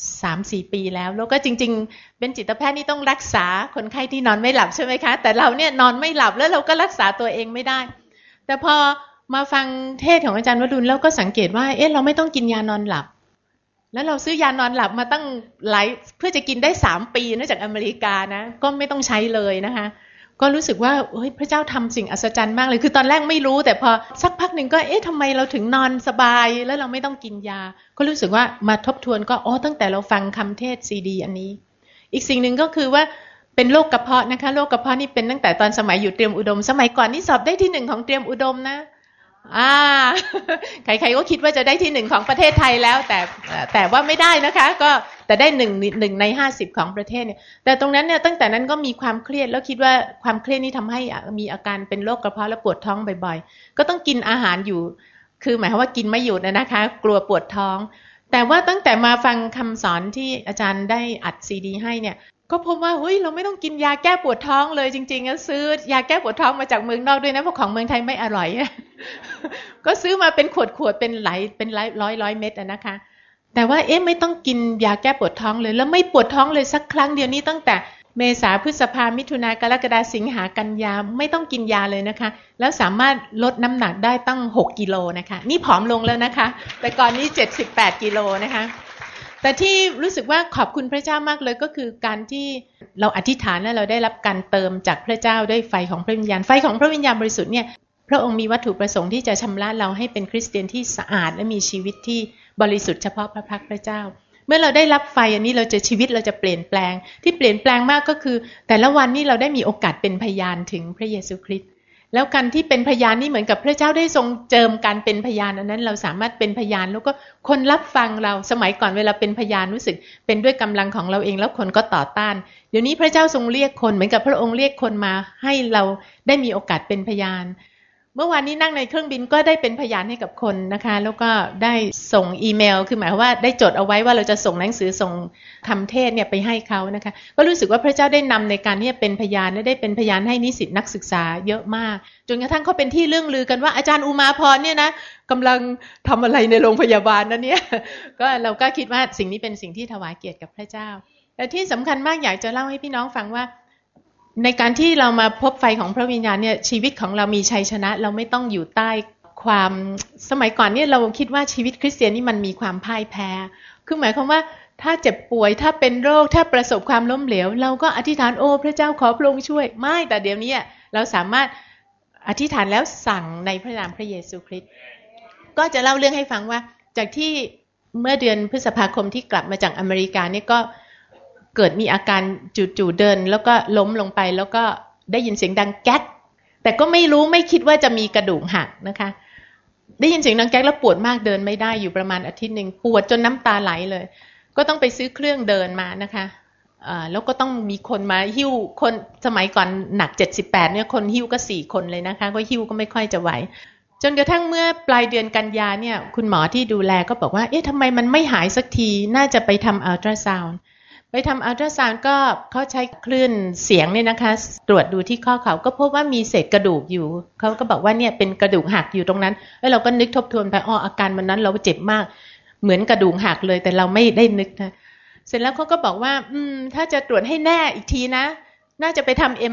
3-4 ปีแล้วก็จริงๆเป็นจิตแพทย์นี่ต้องรักษาคนไข้ที่นอนไม่หลับใช่ไหมคะแต่เราเนี่ยนอนไม่หลับแล้วเราก็รักษาตัวเองไม่ได้แต่พอมาฟังเทศของอาจารย์วรุณแล้วก็สังเกตว่าเราไม่ต้องกินยานอนหลับแล้วเราซื้อยานอนหลับมาตั้งหลายเพื่อจะกินได้3 ปีนะจากอเมริกานะก็ไม่ต้องใช้เลยนะคะก็รู้สึกว่าพระเจ้าทำสิ่งอัศจรรย์มากเลยคือตอนแรกไม่รู้แต่พอสักพักหนึ่งก็ทำไมเราถึงนอนสบายแล้วเราไม่ต้องกินยาก็รู้สึกว่ามาทบทวนก็ตั้งแต่เราฟังคำเทศซีดีอันนี้อีกสิ่งหนึ่งก็คือว่าเป็นโรคกระเพาะนะคะโรคกระเพาะนี่เป็นตั้งแต่ตอนสมัยอยู่เตรียมอุดมสมัยก่อนนี่สอบได้ที่1ของเตรียมอุดมนะใครๆก็คิดว่าจะได้ที่1ของประเทศไทยแล้วแต่ว่าไม่ได้นะคะก็แต่ได้1ใน50ของประเทศเนี่ยแต่ตรงนั้นเนี่ยตั้งแต่นั้นก็มีความเครียดแล้วคิดว่าความเครียดนี่ทำให้มีอาการเป็นโรคกระเพาะและปวดท้องบ่อยๆก็ต้องกินอาหารอยู่คือหมายความว่ากินไม่หยุดนะคะกลัวปวดท้องแต่ว่าตั้งแต่มาฟังคำสอนที่อาจารย์ได้อัดซีดีให้เนี่ยก็พบว่าเราไม่ต้องกินยาแก้ปวดท้องเลยจริงๆแล้วซื้อยาแก้ปวดท้องมาจากเมืองนอกด้วยนะเพราะของเมืองไทยไม่อร่อย ก็ซื้อมาเป็นขวดๆเป็นร้อยเม็ดนะคะแต่ว่าไม่ต้องกินยาแก้ปวดท้องเลยแล้วไม่ปวดท้องเลยสักครั้งเดียวนี้ตั้งแต่เมษาพฤษภามิถุนากรกฎาสิงหากันยาไม่ต้องกินยาเลยนะคะแล้วสามารถลดน้ำหนักได้ตั้ง6 กิโลนะคะนี่ผอมลงแล้วนะคะแต่ก่อนนี้78 กิโลนะคะแต่ที่รู้สึกว่าขอบคุณพระเจ้ามากเลยก็คือการที่เราอธิษฐานและเราได้รับการเติมจากพระเจ้าด้วยไฟของพระวิญญาณไฟของพระวิญญาณบริสุทธิ์เนี่ยพระองค์มีวัตถุประสงค์ที่จะชำระเราให้เป็นคริสเตียนที่สะอาดและมีชีวิตที่บริสุทธิ์เฉพาะพระพักพระเจ้าเมื่อเราได้รับไฟอันนี้เราจะชีวิตเราจะเปลี่ยนแปลงที่เปลี่ยนแปลงมากก็คือแต่ละวันนี้เราได้มีโอกาสเป็นพยานถึงพระเยซูคริสต์แล้วการที่เป็นพยานนี่เหมือนกับพระเจ้าได้ทรงเจิมการเป็นพยานอันนั้นเราสามารถเป็นพยานแล้วก็คนรับฟังเราสมัยก่อนเวลาเป็นพยานรู้สึกเป็นด้วยกำลังของเราเองแล้วคนก็ต่อต้านเดี๋ยวนี้พระเจ้าทรงเรียกคนเหมือนกับพระองค์เรียกคนมาให้เราได้มีโอกาสเป็นพยานเมื่อวานนี้นั่งในเครื่องบินก็ได้เป็นพยานให้กับคนนะคะแล้วก็ได้ส่งอีเมลคือหมายว่าได้จดเอาไว้ว่าเราจะส่งหนังสือส่งคำเทศเนี่ยไปให้เขานะคะก็รู้สึกว่าพระเจ้าได้นำในการที่จะเป็นพยานและได้เป็นพยานให้นิสิตนักศึกษาเยอะมากจนกระทั่งเขาเป็นที่เรื่องลือกันว่าอาจารย์อุมาพรเนี่ยนะกำลังทำอะไรในโรงพยาบาลนะเนี่ยก็เราก็คิดว่าสิ่งนี้เป็นสิ่งที่ถวายเกียรติกับพระเจ้าแต่ที่สำคัญมากอยากจะเล่าให้พี่น้องฟังว่าในการที่เรามาพบไฟของพระวิญญาณเนี่ยชีวิตของเรามีชัยชนะเราไม่ต้องอยู่ใต้ความสมัยก่อนเนี่ยเราคิดว่าชีวิตคริสเตียนนี่มันมีความพ่ายแพ้คือหมายความว่าถ้าเจ็บป่วยถ้าเป็นโรคถ้าประสบความล้มเหลวเราก็อธิษฐานพระเจ้าขอพระองค์ช่วยไม่แต่เดี๋ยวนี้เราสามารถอธิษฐานแล้วสั่งในพระนามพระเยซูคริสต์ก็จะเล่าเรื่องให้ฟังว่าจากที่เมื่อเดือนพฤษภาคมที่กลับมาจากอเมริกาเนี่ยก็เกิดมีอาการจู่ๆเดินแล้วก็ล้มลงไปแล้วก็ได้ยินเสียงดังแก๊กแต่ก็ไม่คิดว่าจะมีกระดูกหักนะคะได้ยินเสียงดังแก๊กแล้วปวดมากเดินไม่ได้อยู่ประมาณอาทิตย์นึงปวดจนน้ำตาไหลเลยก็ต้องไปซื้อเครื่องเดินมานะคะแล้วก็ต้องมีคนมาหิ้วคนสมัยก่อนหนัก78เนี่ยคนหิ้วก็4คนเลยนะคะก็หิ้วก็ไม่ค่อยจะไหวจนกระทั่งเมื่อปลายเดือนกันยาเนี่ยคุณหมอที่ดูแลก็บอกว่าทำไมมันไม่หายสักทีน่าจะไปทำอัลตราซาวด์ไปทำอัลตราซาวด์ก็เขาใช้คลื่นเสียงเนี่ยนะคะตรวจดูที่ข้อเข่าก็พบว่ามีเศษกระดูกอยู่เขาก็บอกว่าเนี่ยเป็นกระดูกหักอยู่ตรงนั้นแล้วเราก็นึกทบทวนไปอาการวันนั้นเราเจ็บมากเหมือนกระดูกหักเลยแต่เราไม่ได้นึกนะเสร็จแล้วเขาก็บอกว่าถ้าจะตรวจให้แน่อีกทีนะน่าจะไปทำ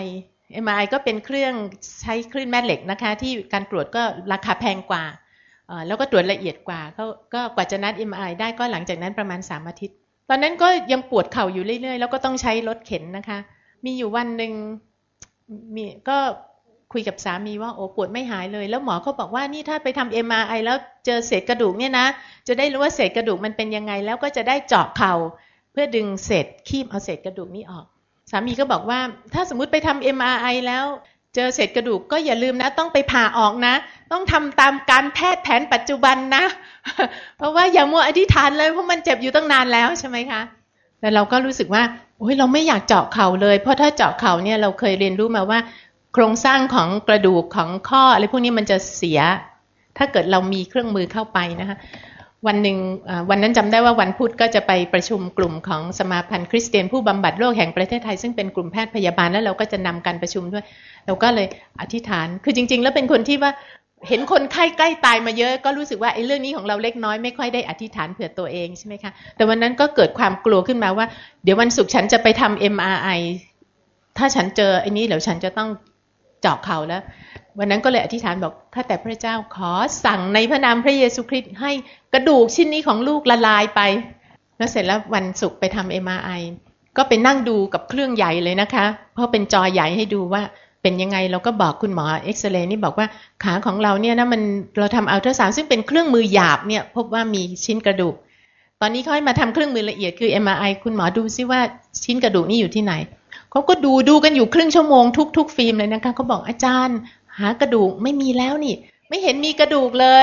MRI ก็เป็นเครื่องใช้คลื่นแม่เหล็กนะคะที่การตรวจก็ราคาแพงกว่าแล้วก็ตรวจละเอียดกว่าก็กว่าจะนัด MRI ได้ก็หลังจากนั้นประมาณ3 อาทิตย์ตอนนั้นก็ยังปวดเข่าอยู่เรื่อยๆแล้วก็ต้องใช้รถเข็นนะคะมีอยู่วันหนึ่งก็คุยกับสามีว่าปวดไม่หายเลยแล้วหมอเขาบอกว่านี่ถ้าไปทำ MRI แล้วเจอเศษกระดูกเนี่ยนะจะได้รู้ว่าเศษกระดูกมันเป็นยังไงแล้วก็จะได้เจาะเข่าเพื่อดึงเศษคีบเอาเศษกระดูกนี้ออกสามีก็บอกว่าถ้าสมมุติไปทำ MRI แล้วเจอเศษกระดูกก็อย่าลืมนะต้องไปผ่าออกนะต้องทำตามการแพทย์แผนปัจจุบันนะ เพราะว่าอย่ามัวอธิษฐานเลยเพราะมันเจ็บอยู่ตั้งนานแล้วใช่ไหมคะแต่เราก็รู้สึกว่าเราไม่อยากเจาะเข่าเลยเพราะถ้าเจาะเข่าเนี่ยเราเคยเรียนรู้มาว่าโครงสร้างของกระดูกของข้ออะไรพวกนี้มันจะเสียถ้าเกิดเรามีเครื่องมือเข้าไปนะคะวันหนึ่งวันนั้นจำได้ว่าวันพุธก็จะไปประชุมกลุ่มของสมาพันธ์คริสเตียนผู้บำบัดโรคแห่งประเทศไทยซึ่งเป็นกลุ่มแพทย์พยาบาลแล้วเราก็จะนำการประชุมด้วยเราก็เลยอธิษฐานคือจริงๆแล้วเป็นคนที่ว่าเห็นคนไข้ใกล้ตายมาเยอะก็รู้สึกว่าไอ้เรื่องนี้ของเราเล็กน้อยไม่ค่อยได้อธิษฐานเผื่อตัวเองใช่ไหมคะแต่วันนั้นก็เกิดความกลัวขึ้นมาว่าเดี๋ยววันศุกร์ฉันจะไปทำ MRI ถ้าฉันเจอไอ้นี้เดี๋ยวฉันจะต้องเจาะเข่าแล้ววันนั้นก็เลยอธิษฐานบอกข้าแต่พระเจ้าขอสั่งในพระนามพระเยซูคริสต์ให้กระดูกชิ้นนี้ของลูกละลายไปแล้วเสร็จแล้ววันศุกร์ไปทำ MRI ก็ไปนั่งดูกับเครื่องใหญ่เลยนะคะเพราะเป็นจอใหญ่ให้ดูว่าเป็นยังไงเราก็บอกคุณหมอเอ็กซเรย์นี่บอกว่าขาของเราเนี่ยนะมันเราทำอัลตราซาวด์ซึ่งเป็นเครื่องมือหยาบเนี่ยพบว่ามีชิ้นกระดูกตอนนี้เขาให้มาทำเครื่องมือละเอียดคือ MRI คุณหมอดูซิว่าชิ้นกระดูกนี่อยู่ที่ไหนเขาก็ดูกันอยู่ครึ่งชั่วโมงทุกฟิล์มเลยนะคะเขาบอกอาจารย์หากระดูกไม่มีแล้วนี่ไม่เห็นมีกระดูกเลย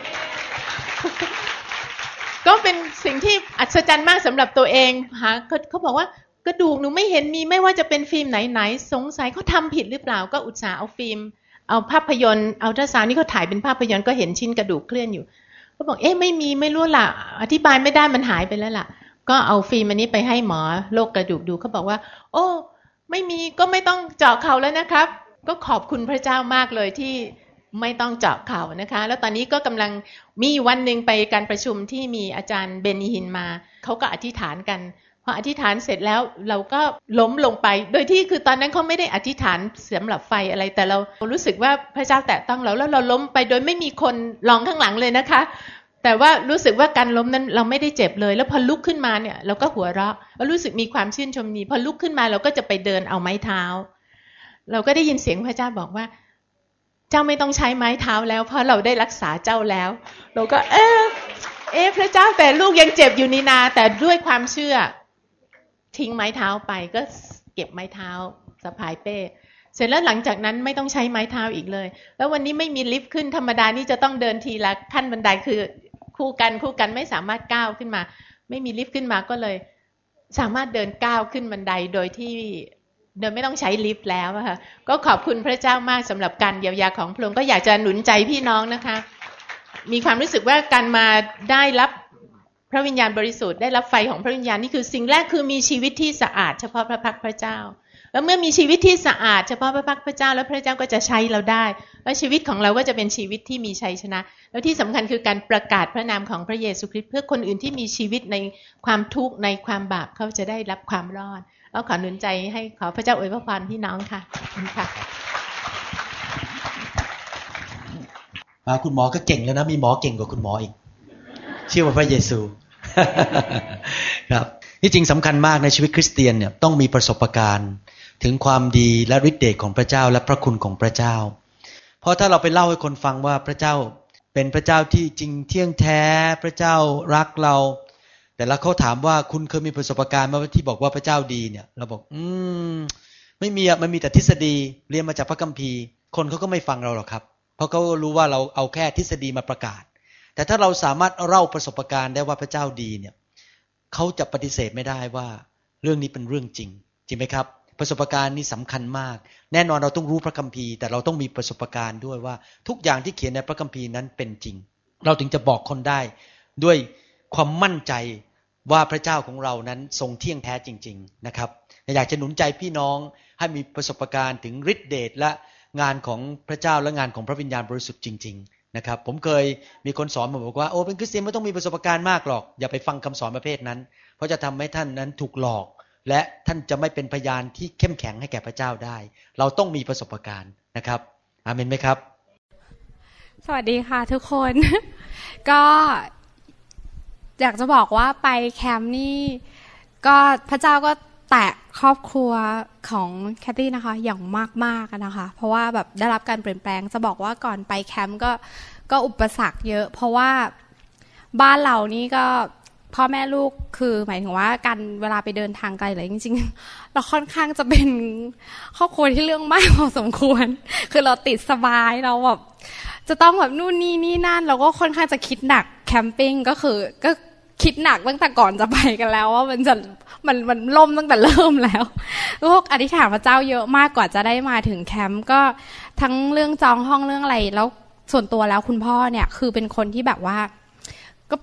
ก็เป็นสิ่งที่อัศจรรย์มากสำหรับตัวเองเขาบอกว่ากระดูกหนูไม่เห็นมีไม่ว่าจะเป็นฟิล์มไหนสงสัยเขาทำผิดหรือเปล่าก็อุตส่าห์เอาฟิล์มเอาภาพยนตร์อัลตราซาวด์นี่เขาถ่ายเป็นภาพยนตร์ก็เห็นชิ้นกระดูกเคลื่อนอยู่เขาบอกไม่มีไม่รู้ล่ะอธิบายไม่ได้มันหายไปแล้วล่ะก็เอาฟิล์มอันนี้ไปให้หมอโรคกระดูกดูเขาบอกว่าโอ้ไม่มีก็ไม่ต้องเจาะเข่าแล้วนะครับก็ขอบคุณพระเจ้ามากเลยที่ไม่ต้องเจาะเข่านะคะแล้วตอนนี้ก็กำลังมีวันหนึ่งไปการประชุมที่มีอาจารย์เบนิฮินมาเขาก็อธิษฐานกันพออธิษฐานเสร็จแล้วเราก็ล้มลงไปโดยที่คือตอนนั้นเขาไม่ได้อธิษฐานสำหรับไฟอะไรแต่เรารู้สึกว่าพระเจ้าแตะต้องเราแล้วเราล้มไปโดยไม่มีคนรองข้างหลังเลยนะคะแต่ว่ารู้สึกว่าการล้มนั้นเราไม่ได้เจ็บเลยแล้วพอลุกขึ้นมาเนี่ยเราก็หัวเราะแล้วรู้สึกมีความชื่นชมดีพอลุกขึ้นมาเราก็จะไปเดินเอาไม้เท้าเราก็ได้ยินเสียงพระเจ้าบอกว่าเจ้าไม่ต้องใช้ไม้เท้าแล้วเพราะเราได้รักษาเจ้าแล้วเราก็พระเจ้าแต่ลูกยังเจ็บอยู่นี่นาแต่ด้วยความเชื่อทิ้งไม้เท้าไปก็เก็บไม้เท้าสะพายเป้เสร็จแล้วหลังจากนั้นไม่ต้องใช้ไม้เท้าอีกเลยแล้ววันนี้ไม่มีลิฟต์ขึ้นธรรมดานี่จะต้องเดินทีละขั้นบันไดคือคู่กันไม่สามารถก้าวขึ้นมาไม่มีลิฟต์ขึ้นมาก็เลยสามารถเดินก้าวขึ้นบันไดโดยที่เดินไม่ต้องใช้ลิฟต์แล้วค่ะก็ขอบคุณพระเจ้ามากสำหรับการเยียวยาของพระองค์ก็อยากจะหนุนใจพี่น้องนะคะมีความรู้สึกว่าการมาได้รับพระวิญญาณบริสุทธิ์ได้รับไฟของพระวิญญาณนี่คือสิ่งแรกคือมีชีวิตที่สะอาดเฉพาะพระพักพระเจ้าแล้วเมื่อมีชีวิตที่สะอาดเฉพาะพระพักพระเจ้าแล้วพระเจ้าก็จะใช้เราได้แล้วชีวิตของเราก็จะเป็นชีวิตที่มีชัยชนะแล้วที่สำคัญคือการประกาศพระนามของพระเยซูคริสต์เพื่อคนอื่นที่มีชีวิตในความทุกข์ในความบาปเขาจะได้รับความรอดแล้วขอหนุนใจให้ขอพระเจ้าอวยพรพี่น้องค่ะขอบคุณค่ะคุณหมอก็เก่งแล้วนะมีหมอเก่งกว่าคุณหมออีกชื่อว่าพระเยซู ครับที่จริงสำคัญมากในชีวิตคริสเตียนเนี่ยต้องมีประสบการณ์ถึงความดีและฤทธิ์เดชของพระเจ้าและพระคุณของพระเจ้าเพราะถ้าเราไปเล่าให้คนฟังว่าพระเจ้าเป็นพระเจ้าที่จริงเที่ยงแท้พระเจ้ารักเราแต่แล้วเขาถามว่าคุณเคยมีประสบการณ์ไหมที่บอกว่าพระเจ้าดีเนี่ยเราบอกไม่มีมันมีแต่ทฤษฎีเรียนมาจากพระคัมภีร์คนเขาก็ไม่ฟังเราหรอกครับเพราะเขารู้ว่าเราเอาแค่ทฤษฎีมาประกาศแต่ถ้าเราสามารถเล่าประสบการณ์ได้ว่าพระเจ้าดีเนี่ยเขาจะปฏิเสธไม่ได้ว่าเรื่องนี้เป็นเรื่องจริงจริงไหมครับประสบการณ์นี้สำคัญมากแน่นอนเราต้องรู้พระคัมภีร์แต่เราต้องมีประสบการณ์ด้วยว่าทุกอย่างที่เขียนในพระคัมภีร์นั้นเป็นจริงเราถึงจะบอกคนได้ด้วยความมั่นใจว่าพระเจ้าของเรานั้นทรงเที่ยงแท้จริงๆนะครับอยากจะหนุนใจพี่น้องให้มีประสบการณ์ถึงฤทธิ์เดชและงานของพระเจ้าและงานของพระวิญญาณบริสุทธิ์จริงๆนะครับผมเคยมีคนสอนมาบอกว่าโอ้เป็นคริสเตียนไม่ต้องมีประสบการณ์มากหรอกอย่าไปฟังคำสอนประเภทนั้นเพราะจะทำให้ท่านนั้นถูกหลอกและท่านจะไม่เป็นพยานที่เข้มแข็งให้แก่พระเจ้าได้เราต้องมีประสบการณ์นะครับอาเมนไหมครับสวัสดีค่ะทุกคน ก็อยากจะบอกว่าไปแคมป์นี่ก็พระเจ้าก็แตะครอบครัวของแคทตี้นะคะอย่างมากๆนะคะเพราะว่าแบบได้รับการเปลี่ยนแปลงจะบอกว่าก่อนไปแคมป์ก็อุปสรรคเยอะเพราะว่าบ้านเรานี่ก็พ่อแม่ลูกคือหมายถึงว่าการเวลาไปเดินทางไกลอะไรจริงๆเราค่อนข้างจะเป็นครอบครัวที่เรื่องมากพอสมควรคือเราติดสบายเราแบบจะต้องแบบนู่นนี่นั่นเราก็ค่อนข้างจะคิดหนักแคมปิ้งก็คิดหนักตั้งแต่ก่อนจะไปกันแล้วว่ามันล่มตั้งแต่เริ่มแล้วพวกอธิษฐานพระเจ้าเยอะมากกว่าจะได้มาถึงแคมป์ก็ทั้งเรื่องจองห้องเรื่องอะไรแล้วส่วนตัวแล้วคุณพ่อเนี่ยคือเป็นคนที่แบบว่าก็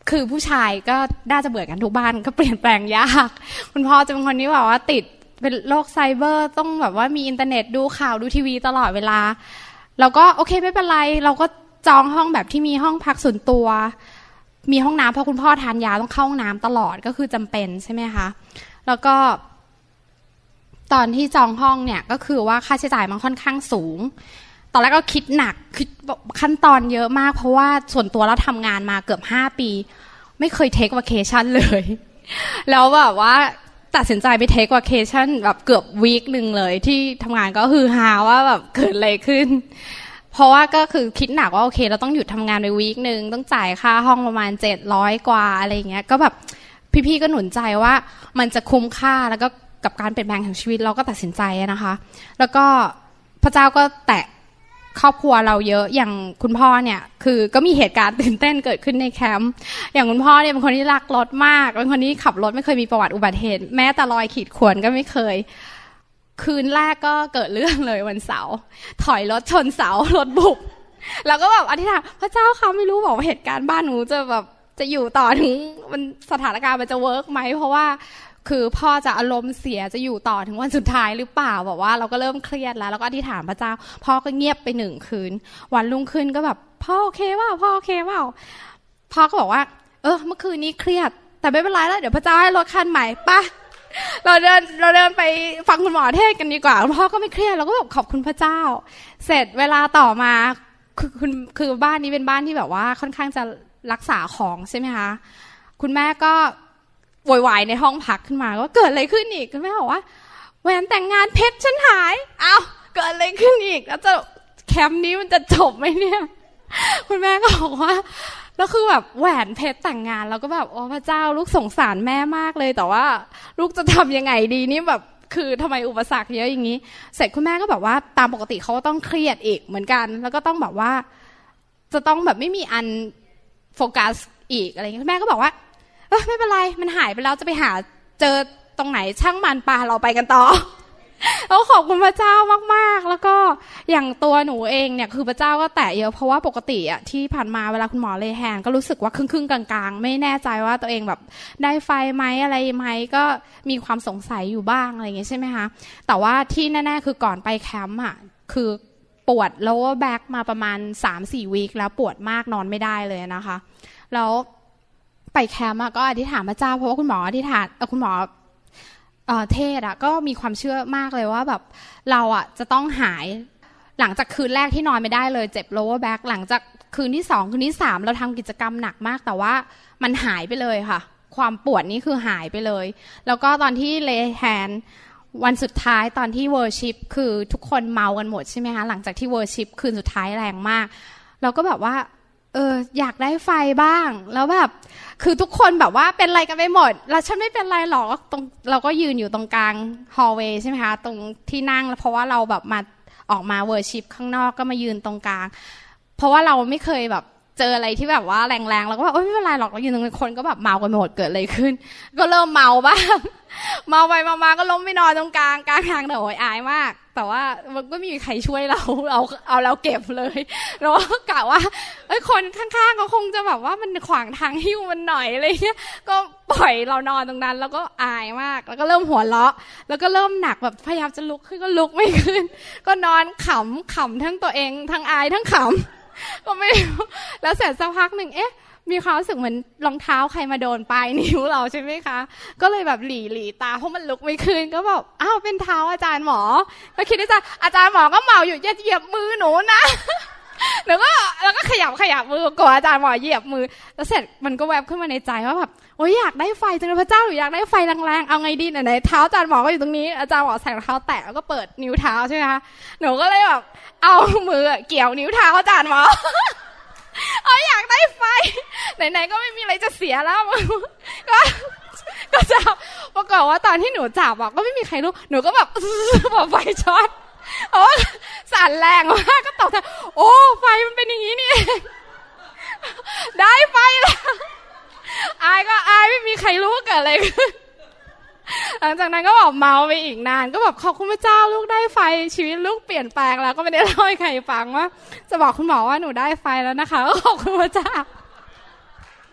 คือผู้ชายก็น่าจะเบื่อกันทุกบ้านก็เปลี่ยนแปลงยากคุณพ่อจะเป็นคนที่แบบว่าติดเป็นโลกไซเบอร์ต้องแบบว่ามีอินเทอร์เน็ตดูข่าวดูทีวีตลอดเวลาเราก็โอเคไม่เป็นไรเราก็จองห้องแบบที่มีห้องพักส่วนตัวมีห้องน้ำเพราะคุณพ่อทานยาต้องเข้าห้องน้ำตลอดก็คือจำเป็นใช่ไหมคะแล้วก็ตอนที่จองห้องเนี่ยก็คือว่าค่าใช้จ่ายมันค่อนข้างสูงตอนแรกก็คิดหนักคิดขั้นตอนเยอะมากเพราะว่าส่วนตัวเราทำงานมาเกือบ5 ปีไม่เคยเทควาเคชั่นเลยแล้วแบบว่าตัดสินใจไปเทควาเคชั่นแบบเกือบวีคนึงเลยที่ทำงานก็คือหาว่าแบบเกิดอะไรขึ้นเพราะว่าก็คือคิดหนักว่าโอเคเราต้องหยุดทำงานไปวีคนึงต้องจ่ายค่าห้องประมาณ700 กว่าอะไรอย่างเงี้ยก็แบบพี่ๆก็หนุนใจว่ามันจะคุ้มค่าแล้วก็กับการเปลี่ยนแปลงของชีวิตเราก็ตัดสินใจนะคะแล้วก็พระเจ้าก็แตะครอบครัวเราเยอะอย่างคุณพ่อเนี่ยคือก็มีเหตุการณ์ตื่นเต้นเกิดขึ้นในแคมป์อย่างคุณพ่อเนี่ยเป็นคนที่รักรถมากเป็นคนที่ขับรถไม่เคยมีประวัติอุบัติเหตุแม้แต่รอยขีดข่วนก็ไม่เคยคืนแรกก็เกิดเรื่องเลยวันเสาร์ถอยรถชนเสารถบุบแล้วก็แบบอธิษฐานพระเจ้าค่ะไม่รู้บอกว่าเหตุการณ์บ้านหนูจะแบบจะอยู่ต่อถึงมันสถานการณ์มันจะเวิร์กไหมเพราะว่าคือพ่อจะอารมณ์เสียจะอยู่ต่อถึงวันสุดท้ายหรือเปล่าบอกว่าเราก็เริ่มเครียดแล้วก็อธิษฐานพระเจ้าพ่อก็เงียบไป1 คืนวันรุ่งขึ้นก็แบบพ่อโอเคเปล่าพ่อโอเคเปล่าพ่อก็บอกว่าเมื่อคืนนี้เครียดแต่ไม่เป็นไรแล้วเดี๋ยวพระเจ้าให้รถคันใหม่ป่ะเราเดินไปฟังคุณหมอเทศกันดีกว่าพ่อก็ไม่เครียดเราก็แบบขอบคุณพระเจ้าเสร็จเวลาต่อมาคือบ้านนี้เป็นบ้านที่แบบว่าค่อนข้างจะรักษาของใช่ไหมคะคุณแม่ก็โวยวายในห้องพักขึ้นมาว่าเกิดอะไรขึ้นอีกคุณแม่บอกว่าแหวนแต่งงานเพชรฉันหายอ้าวเกิดอะไรขึ้นอีกแล้วจะแคมป์นี้มันจะจบไหมเนี่ยคุณแม่ก็บอกว่าแล้วคือแบบแหวนเพชรแต่งงานแล้วก็แบบโอ้พระเจ้าลูกสงสารแม่มากเลยแต่ว่าลูกจะทำยังไงดีนี่แบบคือทำไมอุปสรรคเยอะอย่างนี้เสร็จคุณแม่ก็แบบว่าตามปกติเขาก็ต้องเครียดอีกเหมือนกันแล้วก็ต้องแบบว่าจะต้องแบบไม่มีอันโฟกัสอีกอะไรอย่างนี้คุณแม่ก็บอกว่าไม่เป็นไรมันหายไปแล้วจะไปหาเจอตรงไหนช่างมันปาเราไปกันต่อแล้วขอบคุณพระเจ้ามากๆแล้วก็อย่างตัวหนูเองเนี่ยคือพระเจ้าก็แตะเยอะเพราะว่าปกติอ่ะที่ผ่านมาเวลาคุณหมอเลแฮนก็รู้สึกว่าครึ่งๆกลางๆไม่แน่ใจว่าตัวเองแบบได้ไฟไหมอะไรไหมก็มีความสงสัยอยู่บ้างอะไรอย่างเงี้ยใช่ไหมคะแต่ว่าที่แน่ๆคือก่อนไปแคมป์อ่ะคือปวด lower back มาประมาณ 3-4 วีคแล้วปวดมากนอนไม่ได้เลยนะคะแล้วไปแคมป์ก็อธิษฐานพระเจ้าเพราะว่าคุณหมออธิษฐานคุณหมอเทศก็มีความเชื่อมากเลยว่าแบบเราจะต้องหายหลังจากคืนแรกที่นอนไม่ได้เลยเจ็บ lower back หลังจากคืนที่2คืนที่3เราทำกิจกรรมหนักมากแต่ว่ามันหายไปเลยค่ะความปวดนี้คือหายไปเลยแล้วก็ตอนที่เลแฮนวันสุดท้ายตอนที่เวอร์ชิปคือทุกคนเมากันหมดใช่ไหมคะหลังจากที่เวอร์ชิปคืนสุดท้ายแรงมากเราก็แบบว่าอยากได้ไฟบ้างแล้วแบบคือทุกคนแบบว่าเป็นอะไรกันไปหมดแล้วฉันไม่เป็นไรหรอกตรงเราก็ยืนอยู่ตรงกลางฮอลล์เวย์ใช่ไหมคะตรงที่นั่งเพราะว่าเราแบบมาออกมาเวอร์ชิปข้างนอกก็มายืนตรงกลางเพราะว่าเราไม่เคยแบบเจออะไรที่แบบว่าแรงๆเราก็แบบไม่เป็นไรหรอกเรายืนตรงคนก็แบบเมากันหมดเกิดอะไรขึ้นก็เริ่มเมาบ้างเมาไปมาก็ล้มไปนอนตรงกลางทางแต่โอยอายมากแต่ว่ามันก็ไม่มีใครช่วยเราเอาเราเก็บเลยเราก็กะว่าคนข้างๆเขาคงจะแบบว่ามันขวางทางหิ้วมันหน่อยอะไรเงี้ยก็ปล่อยเรานอนตรงนั้นแล้วก็อายมากแล้วก็เริ่มหัวเราะแล้วก็เริ่มหนักแบบพยายามจะลุกขึ้นก็ลุกไม่ขึ้นก็นอนขำทั้งตัวเองทั้งอายทั้งขำก็ไม่แล้วเสร็จสักพักหนึ่งมีความรู้สึกเหมือนรองเท้าใครมาโดนปลายนิ้วเราใช่ไหมคะก็เลยแบบหลีตาเพราะมันลุกไม่ขึ้นก็แบบอ้าวเป็นเท้าอาจารย์หมอก็คิดว่าอาจารย์หมอก็เมาอยู่เหยียบมือหนูนะแล้วก็ขยับมือกลัวอาจารย์หมอเหยียบมือแล้วเสร็จมันก็แวบขึ้นมาในใจว่าแบบโอ๊ยอยากได้ไฟจังเลยพระเจ้าหนูอยากได้ไฟแรงๆเอาไงดีไหนเท้าอาจารย์หมอก็อยู่ตรงนี้อาจารย์หมอใส่รองเท้าแตะแล้วก็เปิดนิ้วเท้าใช่ไหมคะหนูก็เลยแบบเอามือเกี่ยวนิ้วเท้าอาจารย์หมออยากได้ไฟไหนๆก็ไม่มีอะไรจะเสียแล้วก็จับปรากฏว่าตอนที่หนูจับก็ไม่มีใครรู้หนูก็แบบไฟช็อตสั่นแรงมากก็ตกใจโอ้ไฟมันเป็นอย่างนี้นี่ได้ไฟแล้วอายก็อายไม่มีใครรู้ว่าเกิดอะไรขึ้นหลังจากนั้นก็แบบเมาไปอีกนานก็แบบขอบคุณพระเจ้าลูกได้ไฟชีวิตลูกเปลี่ยนแปลงแล้วก็ไม่ได้เล่าให้ใครฟังว่าจะบอกคุณหมอว่าหนูได้ไฟแล้วนะคะก็ขอบคุณพระเจ้า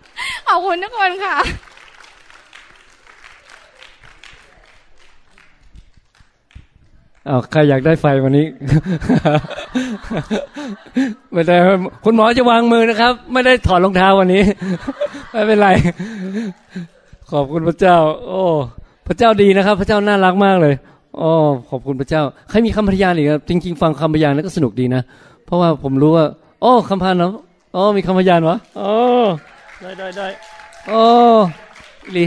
ขอบคุณทุกคนค่ะใครอยากได้ไฟวันนี้ ไม่ได้คุณหมอจะวางมือนะครับไม่ได้ถอดรองเท้าวันนี้ ไม่เป็นไรขอบคุณพระเจ้าโอ้พระเจ้าดีนะครับพระเจ้าน่ารักมากเลยโอ้ขอบคุณพระเจ้าใครมีคำพยานอีกครับจริงๆฟังคำพยานแล้วก็สนุกดีนะเพราะว่าผมรู้ว่าโอ้คำพานเนาะโอ้มีคำพยานวะโอ้ได้โอ้ลี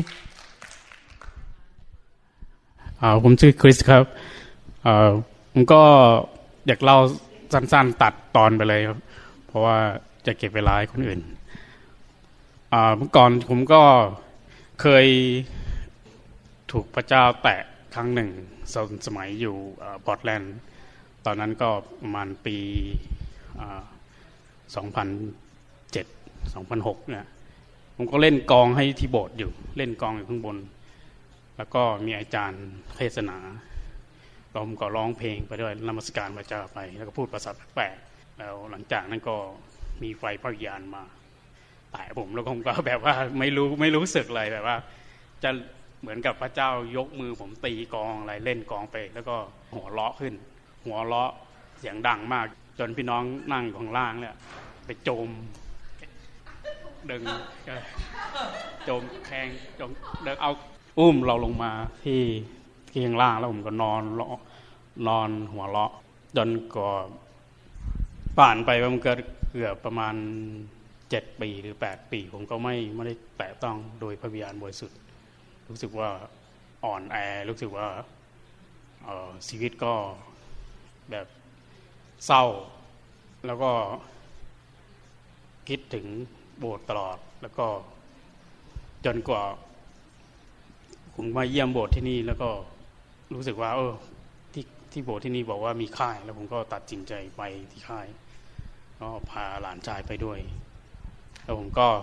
ผมชื่อคริสครับผมก็อยากเล่าสั้นๆตัดตอนไปเลยครับเพราะว่าจะเก็บเวลาให้คนอื่นเมื่อก่อนผมก็เคยถูกพระเจ้าแตะครั้งหนึ่งสมัยอยู่พอร์ตแลนด์ตอนนั้นก็ประมาณปี2007 2006เนี่ยผมก็เล่นกลองให้ที่โบสถ์อยู่เล่นกลองอยู่ข้างบนแล้วก็มีอาจารย์เทศนาผมก็ร้องเพลงไปด้วยนมัสการพระเจ้าไปแล้วก็พูดภาษาแปลกๆแล้วหลังจากนั้นก็มีไฟพระวิญญาณมาแตะผมแล้วผมก็แบบว่าไม่รู้สึกเลยแบบว่าจะเหมือนกับพระเจ้ายกมือผมตีกลองอะไรเล่นกลองไปแล้วก็หัวเราะขึ้นหัวเราะเสียงดังมากจนพี่น้องนั่งข้างล่างเนี่ยไปโจมดึงโจมแข้งโจมเดินเอาอุ้มเราลงมาที่ข้างล่างแล้วผมก็นอนหัวเราะจนก็ผ่านไปมันเกือบประมาณ7 ปีหรือ8 ปีผมก็ไม่ได้แตะต้องโดยพระวิญญาณบริสุทธิ์รู้สึกว่าอ่อนแอรู้สึกว่าชีวิตก็แบบเศร้าแล้วก็คิดถึงโบสถ์ตลอดแล้วก็จนกว่าผมมาเยี่ยมโบสถ์ที่นี่แล้วก็รู้สึกว่าที่โบสถ์ที่นี่บอกว่ามีค่ายแล้วผมก็ตัดสินใจไปที่ค่ายก็พาหลานชายไปด้วยแล้วผมก็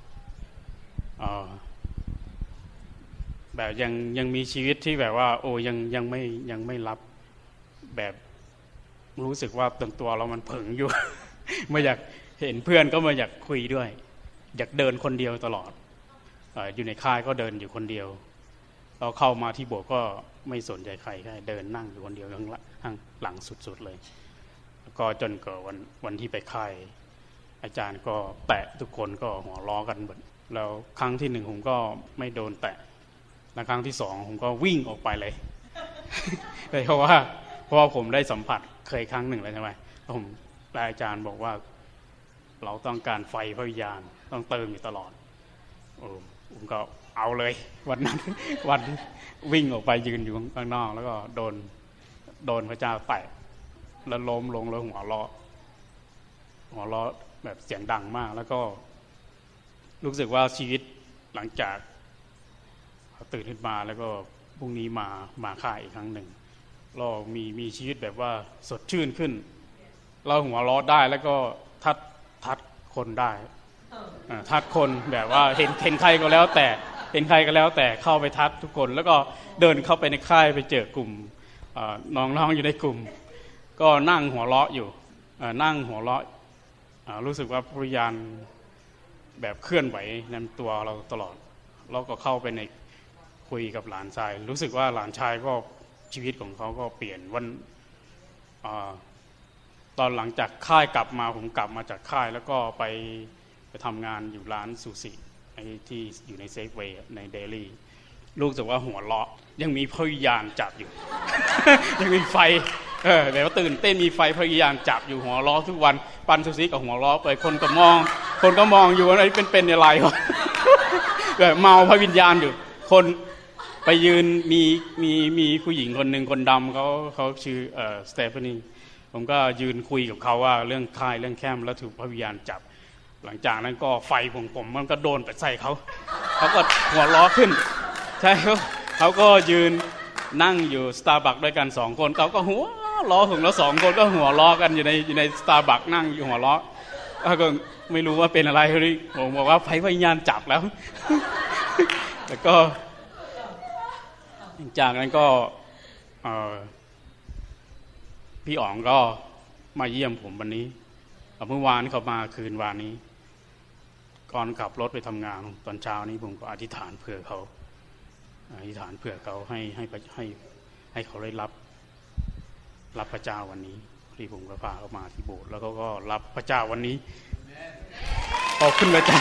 แบบยังมีชีวิตที่แบบว่ายังไม่รับแบบรู้สึกว่าตัวเรามันเผึ่งอยู่ ไม่อยากเห็นเพื่อนก็ไม่อยากคุยด้วยอยากเดินคนเดียวตลอดอยู่ในค่ายก็เดินอยู่คนเดียวเราเข้ามาที่โบสถ์ก็ไม่สนใจใครแค่เดินนั่งอยู่คนเดียวข้างหลังสุดๆเลยแล้วก็จนเกิดวันที่ไปค่ายอาจารย์ก็แตะทุกคนก็หัวล้อกันหมดแล้วครั้งที่1ผมก็ไม่โดนแตะและครั้งที่2ผมก็วิ่งออกไปเลย เพราะว่าผมได้สัมผัสเคยครั้งหนึ่งแล้วใช่ไหมผมอาจารย์บอกว่าเราต้องการไฟพระวิญญาณต้องเติมอยู่ตลอดผมก็เอาเลยวันนั้น วันวิ่งออกไปยืนอยู่ข้างนอกแล้วก็โดนพระเจ้าแตะแล้วล้มลงแล้วหัวเราะแบบเสียงดังมากแล้วก็รู้สึกว่าชีวิตหลังจากตื่นขึ้นมาแล้วก็พรุ่งนี้มาค่ายอีกครั้งหนึ่งเรามีชีวิตแบบว่าสดชื่นขึ้นเราหัวเราะได้แล้วก็ทัดคนได้ทัดคนแบบว่าเห็นใครก็แล้วแต่เข้าไปทัดทุกคนแล้วก็เดินเข้าไปในค่ายไปเจอกลุ่มน้องๆอยู่ในกลุ่มก็นั่งหัวเราะอยู่นั่งหัวเราะรู้สึกว่าพระวิญญาณแบบเคลื่อนไหวในตัวเราตลอดเราก็เข้าไปในคุยกับหลานชายรู้สึกว่าหลานชายก็ชีวิตของเขาก็เปลี่ยนวันตอนหลังจากค่ายกลับมาผมกลับมาจากค่ายแล้วก็ไปทำงานอยู่ร้านซูชิที่อยู่ในเซฟเวย์ในเดลี่รู้สึกว่าหัวเราะยังมีพระวิญญาณจับอยู่ ยังมีไฟแบบว่าตื่นเต้นมีไฟพระวิญญาณจับอยู่หัวเราะทุกวันปั่นซูชิกับหัวเราะไปคนก็มองอยู่อะไรเป็นอะไรวะ แบบเมาพระวิญญาณอยู่คนไปยืนมีผู้หญิงคนหนึ่งคนดำเขาชื่อสเตฟานีผมก็ยืนคุยกับเขาว่าเรื่องค่ายเรื่องแคมป์แล้วถูกพระวิญญาณจับหลังจากนั้นก็ไฟผมมันก็โดนไปใส่เขาก็หัวล้อขึ้นใช่เขาก็ยืนนั่งอยู่สตาร์บัคด้วยกัน2คนเขาก็หัวล้อของเรา2คนก็หัวล้อกันอยู่ในสตาร์บัคนั่งอยู่หัวล้อก็ไม่รู้ว่าเป็นอะไรผมบอกว่าไฟวิญญาณจับแล้ว แล้วก็จากนั้นก็พี่อ๋องก็มาเยี่ยมผมวันนี้เมื่อวานเขามาคืนวานนี้ก่อนขับรถไปทำงานตอนเช้านี้ผมก็อธิษฐานเผื่อเขาให้เขาได้รับพระเจ้าวันนี้ที่ผมก็พาเขามาที่โบสถ์แล้วก็รับพระเจ้าวันนี้ขอบคุณพระเจ้า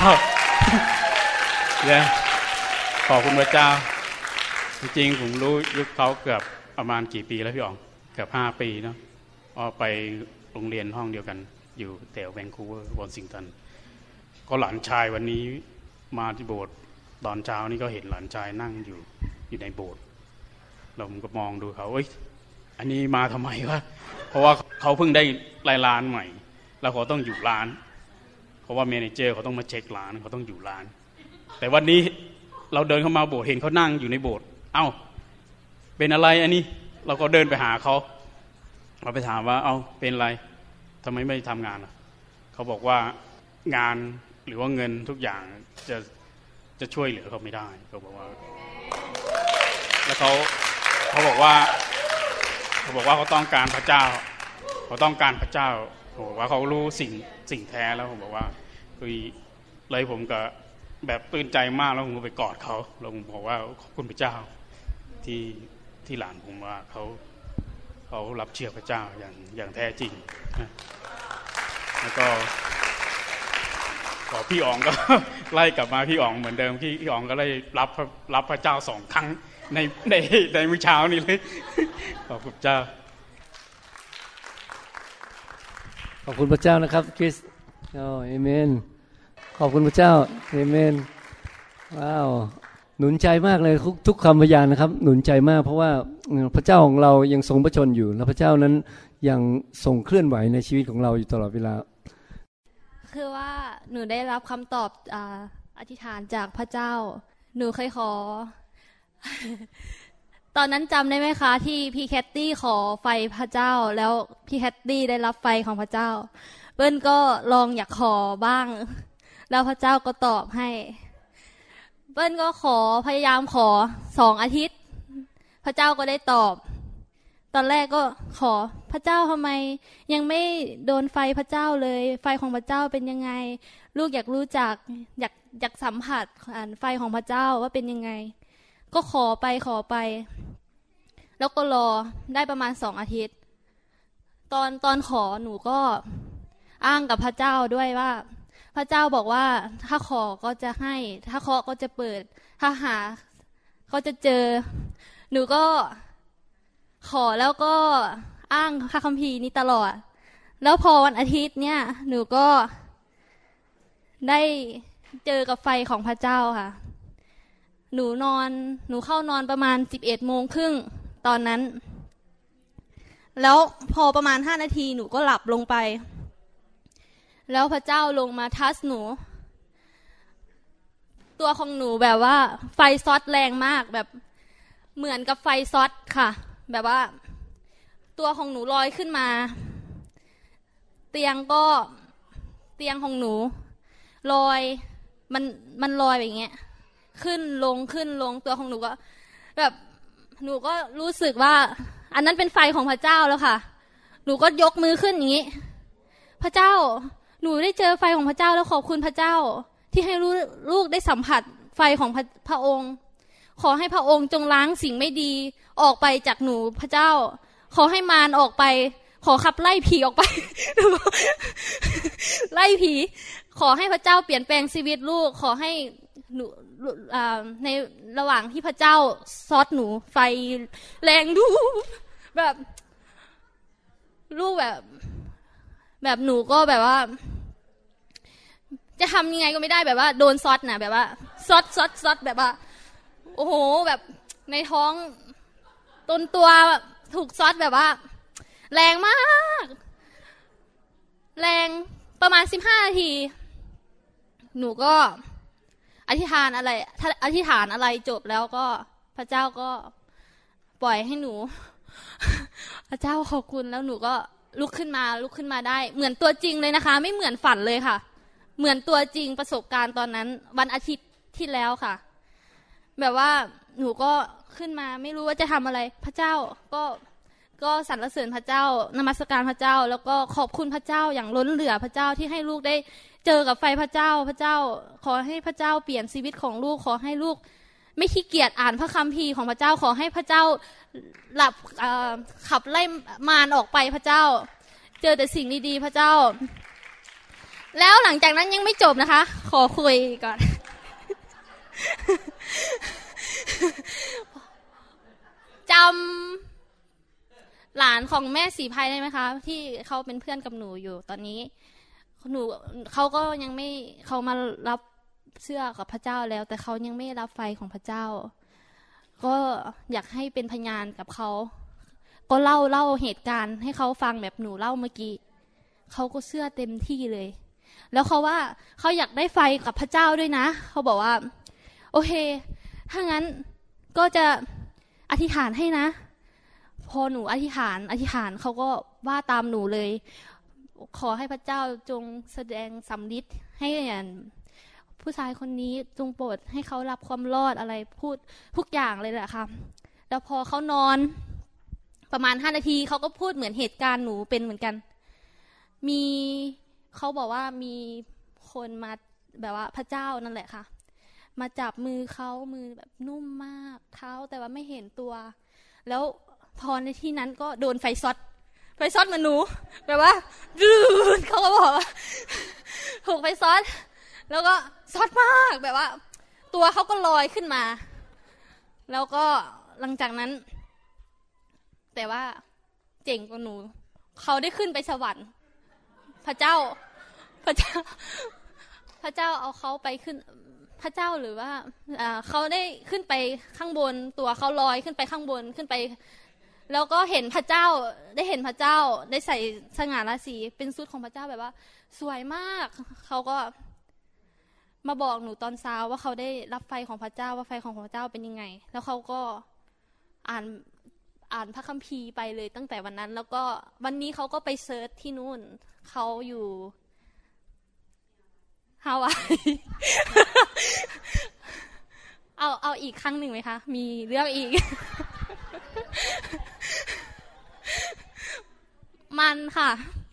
เนี่ยขอบคุณพระเจ้าจริงๆผมรู้ยุคเขาเกือบประมาณกี่ปีแล้วพี่อ๋องเกือบ5 ปีเนาะไปโรงเรียนห้องเดียวกันอยู่แถวแวนคูเวอร์วอชิงตันก็หลานชายวันนี้มาที่โบสถ์ตอนเช้านี่ก็เห็นหลานชายนั่งอยู่ในโบสถ์เราก็มองดูเขาอันนี้มาทำไมวะเพราะว่าเขาเพิ่งได้ร้านใหม่แล้วเขาต้องอยู่ร้านเพราะว่าเมเนเจอร์เขาต้องมาเช็คร้านเขาต้องอยู่ร้านแต่วันนี้เราเดินเข้ามาโบสถ์เห็นเขานั่งอยู่ในโบสถ์เอ้าเป็นอะไรอันนี้เราก็เดินไปหาเขาเราไปถามว่าเอ้าเป็นอะไรทำไมไม่ทำงานล่ะเขาบอกว่างานหรือว่าเงินทุกอย่างจะช่วยเหลือเขาไม่ได้เขาบอกว่าแล้วเขาบอกว่าเขาต้องการพระเจ้าเขาต้องการพระเจ้าบอกว่าเขารู้สิ่งแท้แล้วผมบอกว่าคือเลยผมก็แบบตื่นใจมากแล้วผมก็ไปกอดเขาแล้วผมบอกว่าขอบคุณพระเจ้าที่หลานผมว่าเขารับเชื่อพระเจ้าอย่างแท้จริงแล้วก็พี่อ๋องก็ไล่กลับมาพี่อ๋องเหมือนเดิมพี่อ๋องก็เลยรับพระเจ้า2 ครั้งในมื้อเช้านี้เลยขอบคุณเจ้าขอบคุณพระเจ้านะครับคริสเอเมนขอบคุณพระเจ้าเอเมนว้าวหนุนใจมากเลยทุกคำพยานนะครับหนุนใจมากเพราะว่าพระเจ้าของเรายังทรงพระชนอยู่และพระเจ้านั้นยังทรงเคลื่อนไหวในชีวิตของเราอยู่ตลอดเวลาคือว่าหนูได้รับคำตอบอธิษฐานจากพระเจ้าหนูเคยขอ ตอนนั้นจำได้ไหมคะที่พี่แคทตี้ขอไฟพระเจ้าแล้วพี่แคทตี้ได้รับไฟของพระเจ้าเปิ้ลก็ลองอยากขอบ้างแล้วพระเจ้าก็ตอบให้เปิ้ลก็พยายามขอ2 อาทิตย์พระเจ้าก็ได้ตอบตอนแรกก็ขอพระเจ้าทำไมยังไม่โดนไฟพระเจ้าเลยไฟของพระเจ้าเป็นยังไงลูกอยากรู้จักอยากสัมผัสไฟของพระเจ้าว่าเป็นยังไงก็ขอไปแล้วก็รอได้ประมาณ2 อาทิตย์ตอนขอหนูก็อ้างกับพระเจ้าด้วยว่าพระเจ้าบอกว่าถ้าขอก็จะให้ถ้าเคาะก็จะเปิดถ้าหาก็จะเจอหนูก็ขอแล้วก็อ้างพระคัมภีร์นี้ตลอดแล้วพอวันอาทิตย์เนี่ยหนูก็ได้เจอกับไฟของพระเจ้าค่ะหนูเข้านอนประมาณ 11:30 น.ตอนนั้นแล้วพอประมาณ5 นาทีหนูก็หลับลงไปแล้วพระเจ้าลงมาทัชหนูตัวของหนูแบบว่าไฟช็อตแรงมากแบบเหมือนกับไฟช็อตค่ะแบบว่าตัวของหนูลอยขึ้นมาเตียงของหนูลอยมันลอยอย่างเงี้ยขึ้นลงตัวของหนูก็แบบหนูก็รู้สึกว่าอันนั้นเป็นไฟของพระเจ้าแล้วค่ะหนูก็ยกมือขึ้นอย่างงี้พระเจ้าหนูได้เจอไฟของพระเจ้าแล้วขอบคุณพระเจ้าที่ให้ลูกได้สัมผัสไฟของพระองค์ขอให้พระองค์จงล้างสิ่งไม่ดีออกไปจากหนูพระเจ้าขอให้มารออกไปขอขับไล่ผีออกไป ไล่ผีขอให้พระเจ้าเปลี่ยนแปลงชีวิตลูกขอให้หนูในระหว่างที่พระเจ้าซอดหนูไฟแรงดูแบบลูกแบบหนูก็แบบว่าจะทำยังไงก็ไม่ได้แบบว่าโดนซอดนะแบบว่าซอดแบบว่าโอ้โหแบบในท้องต้นตัวถูกซอดแบบว่าแรงมากแรงประมาณ15 นาทีหนูก็อธิษฐานอะไรจบแล้วก็พระเจ้าก็ปล่อยให้หนูพระเจ้าขอบคุณแล้วหนูก็ลุกขึ้นมาได้เหมือนตัวจริงเลยนะคะไม่เหมือนฝันเลยค่ะเหมือนตัวจริงประสบการณ์ตอนนั้นวันอาทิตย์ที่แล้วค่ะแบบว่าหนูก็ขึ้นมาไม่รู้ว่าจะทำอะไรพระเจ้าก็สรรเสริญพระเจ้านมัสการพระเจ้าแล้วก็ขอบคุณพระเจ้าอย่างล้นเหลือพระเจ้าที่ให้ลูกได้เจอกับไฟพระเจ้าพระเจ้าขอให้พระเจ้าเปลี่ยนชีวิตของลูกขอให้ลูกไม่ขี้เกียจอ่านพระคัมภีร์ของพระเจ้าขอให้พระเจ้าขับไล่มารออกไปพระเจ้าเจอแต่สิ่งดีๆพระเจ้าแล้วหลังจากนั้นยังไม่จบนะคะขอคุยก่อนจำหลานของแม่ศรีภัยได้ไหมคะที่เขาเป็นเพื่อนกับหนูอยู่ตอนนี้เขาก็ยังไม่เขามารับเชื่อกับพระเจ้าแล้วแต่เขายังไม่รับไฟของพระเจ้าก็อยากให้เป็นพยานกับเขาก็เล่าเหตุการณ์ให้เขาฟังแบบหนูเล่าเมื่อกี้เขาก็เชื่อเต็มที่เลยแล้วเขาว่าเขาอยากได้ไฟกับพระเจ้าด้วยนะเขาบอกว่าโอเคถ้างั้นก็จะอธิษฐานให้นะพอหนูอธิษฐานเขาก็ว่าตามหนูเลยขอให้พระเจ้าจงแสดงสำฤทธิ์ให้ผู้ชายคนนี้จงโปรดให้เขารับความรอดอะไรพูดทุกอย่างเลยแหละค่ะแล้วพอเขานอนประมาณ5 นาทีเขาก็พูดเหมือนเหตุการณ์หนูเป็นเหมือนกันมีเขาบอกว่ามีคนมาแบบว่าพระเจ้านั่นแหละค่ะมาจับมือเขามือแบบนุ่มมากเท้าแต่ว่าไม่เห็นตัวแล้วพอในที่นั้นก็โดนไฟช็อตเหมือนหนูแบบว่าเขาก็บอกว่าถูกไฟช็อตแล้วก็ช็อตมากแบบว่าตัวเขาก็ลอยขึ้นมาแล้วก็หลังจากนั้นแต่ว่าเจ๋งกว่าหนูเขาได้ขึ้นไปสวรรค์พระเจ้าเอาเขาไปขึ้นพระเจ้าหรือว่าเขาได้ขึ้นไปข้างบนตัวเขาลอยขึ้นไปข้างบนขึ้นไปแล้วก็เห็นพระเจ้าได้ใส่สง่าราศีเป็นชุดของพระเจ้าแบบว่าสวยมากเขาก็มาบอกหนูตอนเช้าว่าเขาได้รับไฟของพระเจ้าว่าไฟของพระเจ้าเป็นยังไงแล้วเขาก็อ่านพระคัมภีร์ไปเลยตั้งแต่วันนั้นแล้วก็วันนี้เขาก็ไปเซิร์ชที่นู่นเขาอยู่ฮาวาย เอาอีกครั้งหนึ่งไหมคะมีเรื่องอีก มันค่ะ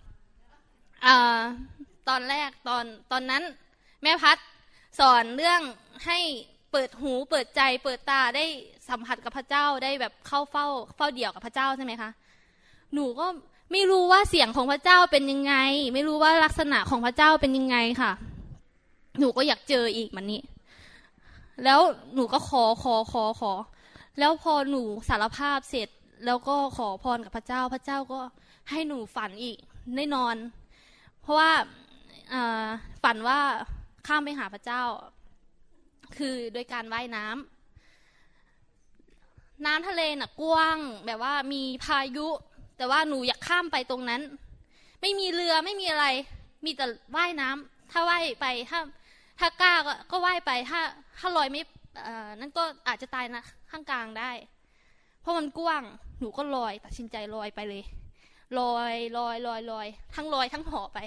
ตอนแรกตอนนั้นแม่พัดสอนเรื่องให้เปิดหูเปิดใจเปิดตาได้สัมผัสกับพระเจ้าได้แบบเข้าเฝ้าเดี่ยวกับพระเจ้าใช่ไหมคะหนูก็ไม่รู้ว่าเสียงของพระเจ้าเป็นยังไงไม่รู้ว่าลักษณะของพระเจ้าเป็นยังไงค่ะหนูก็อยากเจออีกมันนี้แล้วหนูก็ขอแล้วพอหนูสารภาพเสร็จแล้วก็ขอพรกับพระเจ้าก็ให้หนูฝันอีกได้นอนเพราะว่าฝันว่าข้ามไปหาพระเจ้าคือโดยการว่ายน้ำทะเลน่ะกว้างแบบว่ามีพายุแต่ว่าหนูอยากข้ามไปตรงนั้นไม่มีเรือไม่มีอะไรมีแต่ว่ายน้ำถ้าว่ายไปถ้ากล้าก็ว่ายไปถ้าลอยไม่นั่นก็อาจจะตายนะข้างกลางได้เพราะมันกว้างหนูก็ลอยตัดสินใจลอยไปเลยลอยทั้งลอยทั้งเหาะไป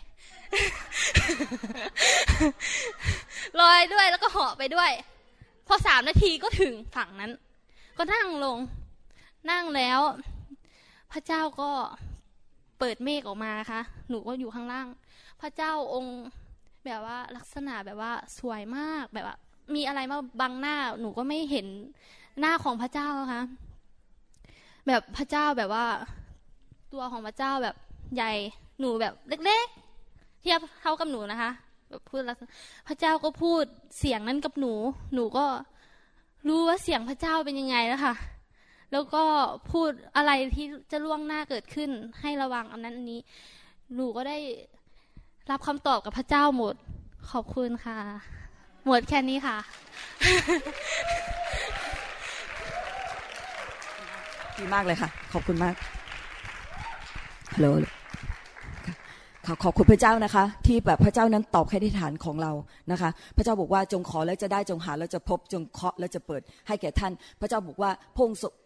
ลอยด้วยแล้วก็เหาะไปด้วยพอ3 นาทีก็ถึงฝั่งนั้นก็นั่งลงนั่งแล้วพระเจ้าก็เปิดเมฆออกมานะคะหนูก็อยู่ข้างล่างพระเจ้าองค์แบบว่าลักษณะแบบว่าสวยมากแบบว่ามีอะไรมาบังหน้าหนูก็ไม่เห็นหน้าของพระเจ้านะคะแบบพระเจ้าแบบว่าตัวของพระเจ้าแบบใหญ่หนูแบบเล็กๆเทียบเท่ากับหนูนะคะแบบพูดแล้วพระเจ้าก็พูดเสียงนั้นกับหนูก็รู้ว่าเสียงพระเจ้าเป็นยังไงแล้วค่ะแล้วก็พูดอะไรที่จะล่วงหน้าเกิดขึ้นให้ระวังอันนั้นอันนี้หนูก็ได้รับคำตอบกับพระเจ้าหมดขอบคุณค่ะหมดแค่นี้ค่ะดีมากเลยค่ะขอบคุณมากฮัลโหลขอบคุณพระเจ้านะคะที่แบบพระเจ้านั้นตอบให้อธิษฐานของเรานะคะพระเจ้าบอกว่าจงขอแล้วจะได้จงหาแล้วจะพบจงเคาะแล้วจะเปิดให้แก่ท่านพระเจ้าบอกว่าพระองค์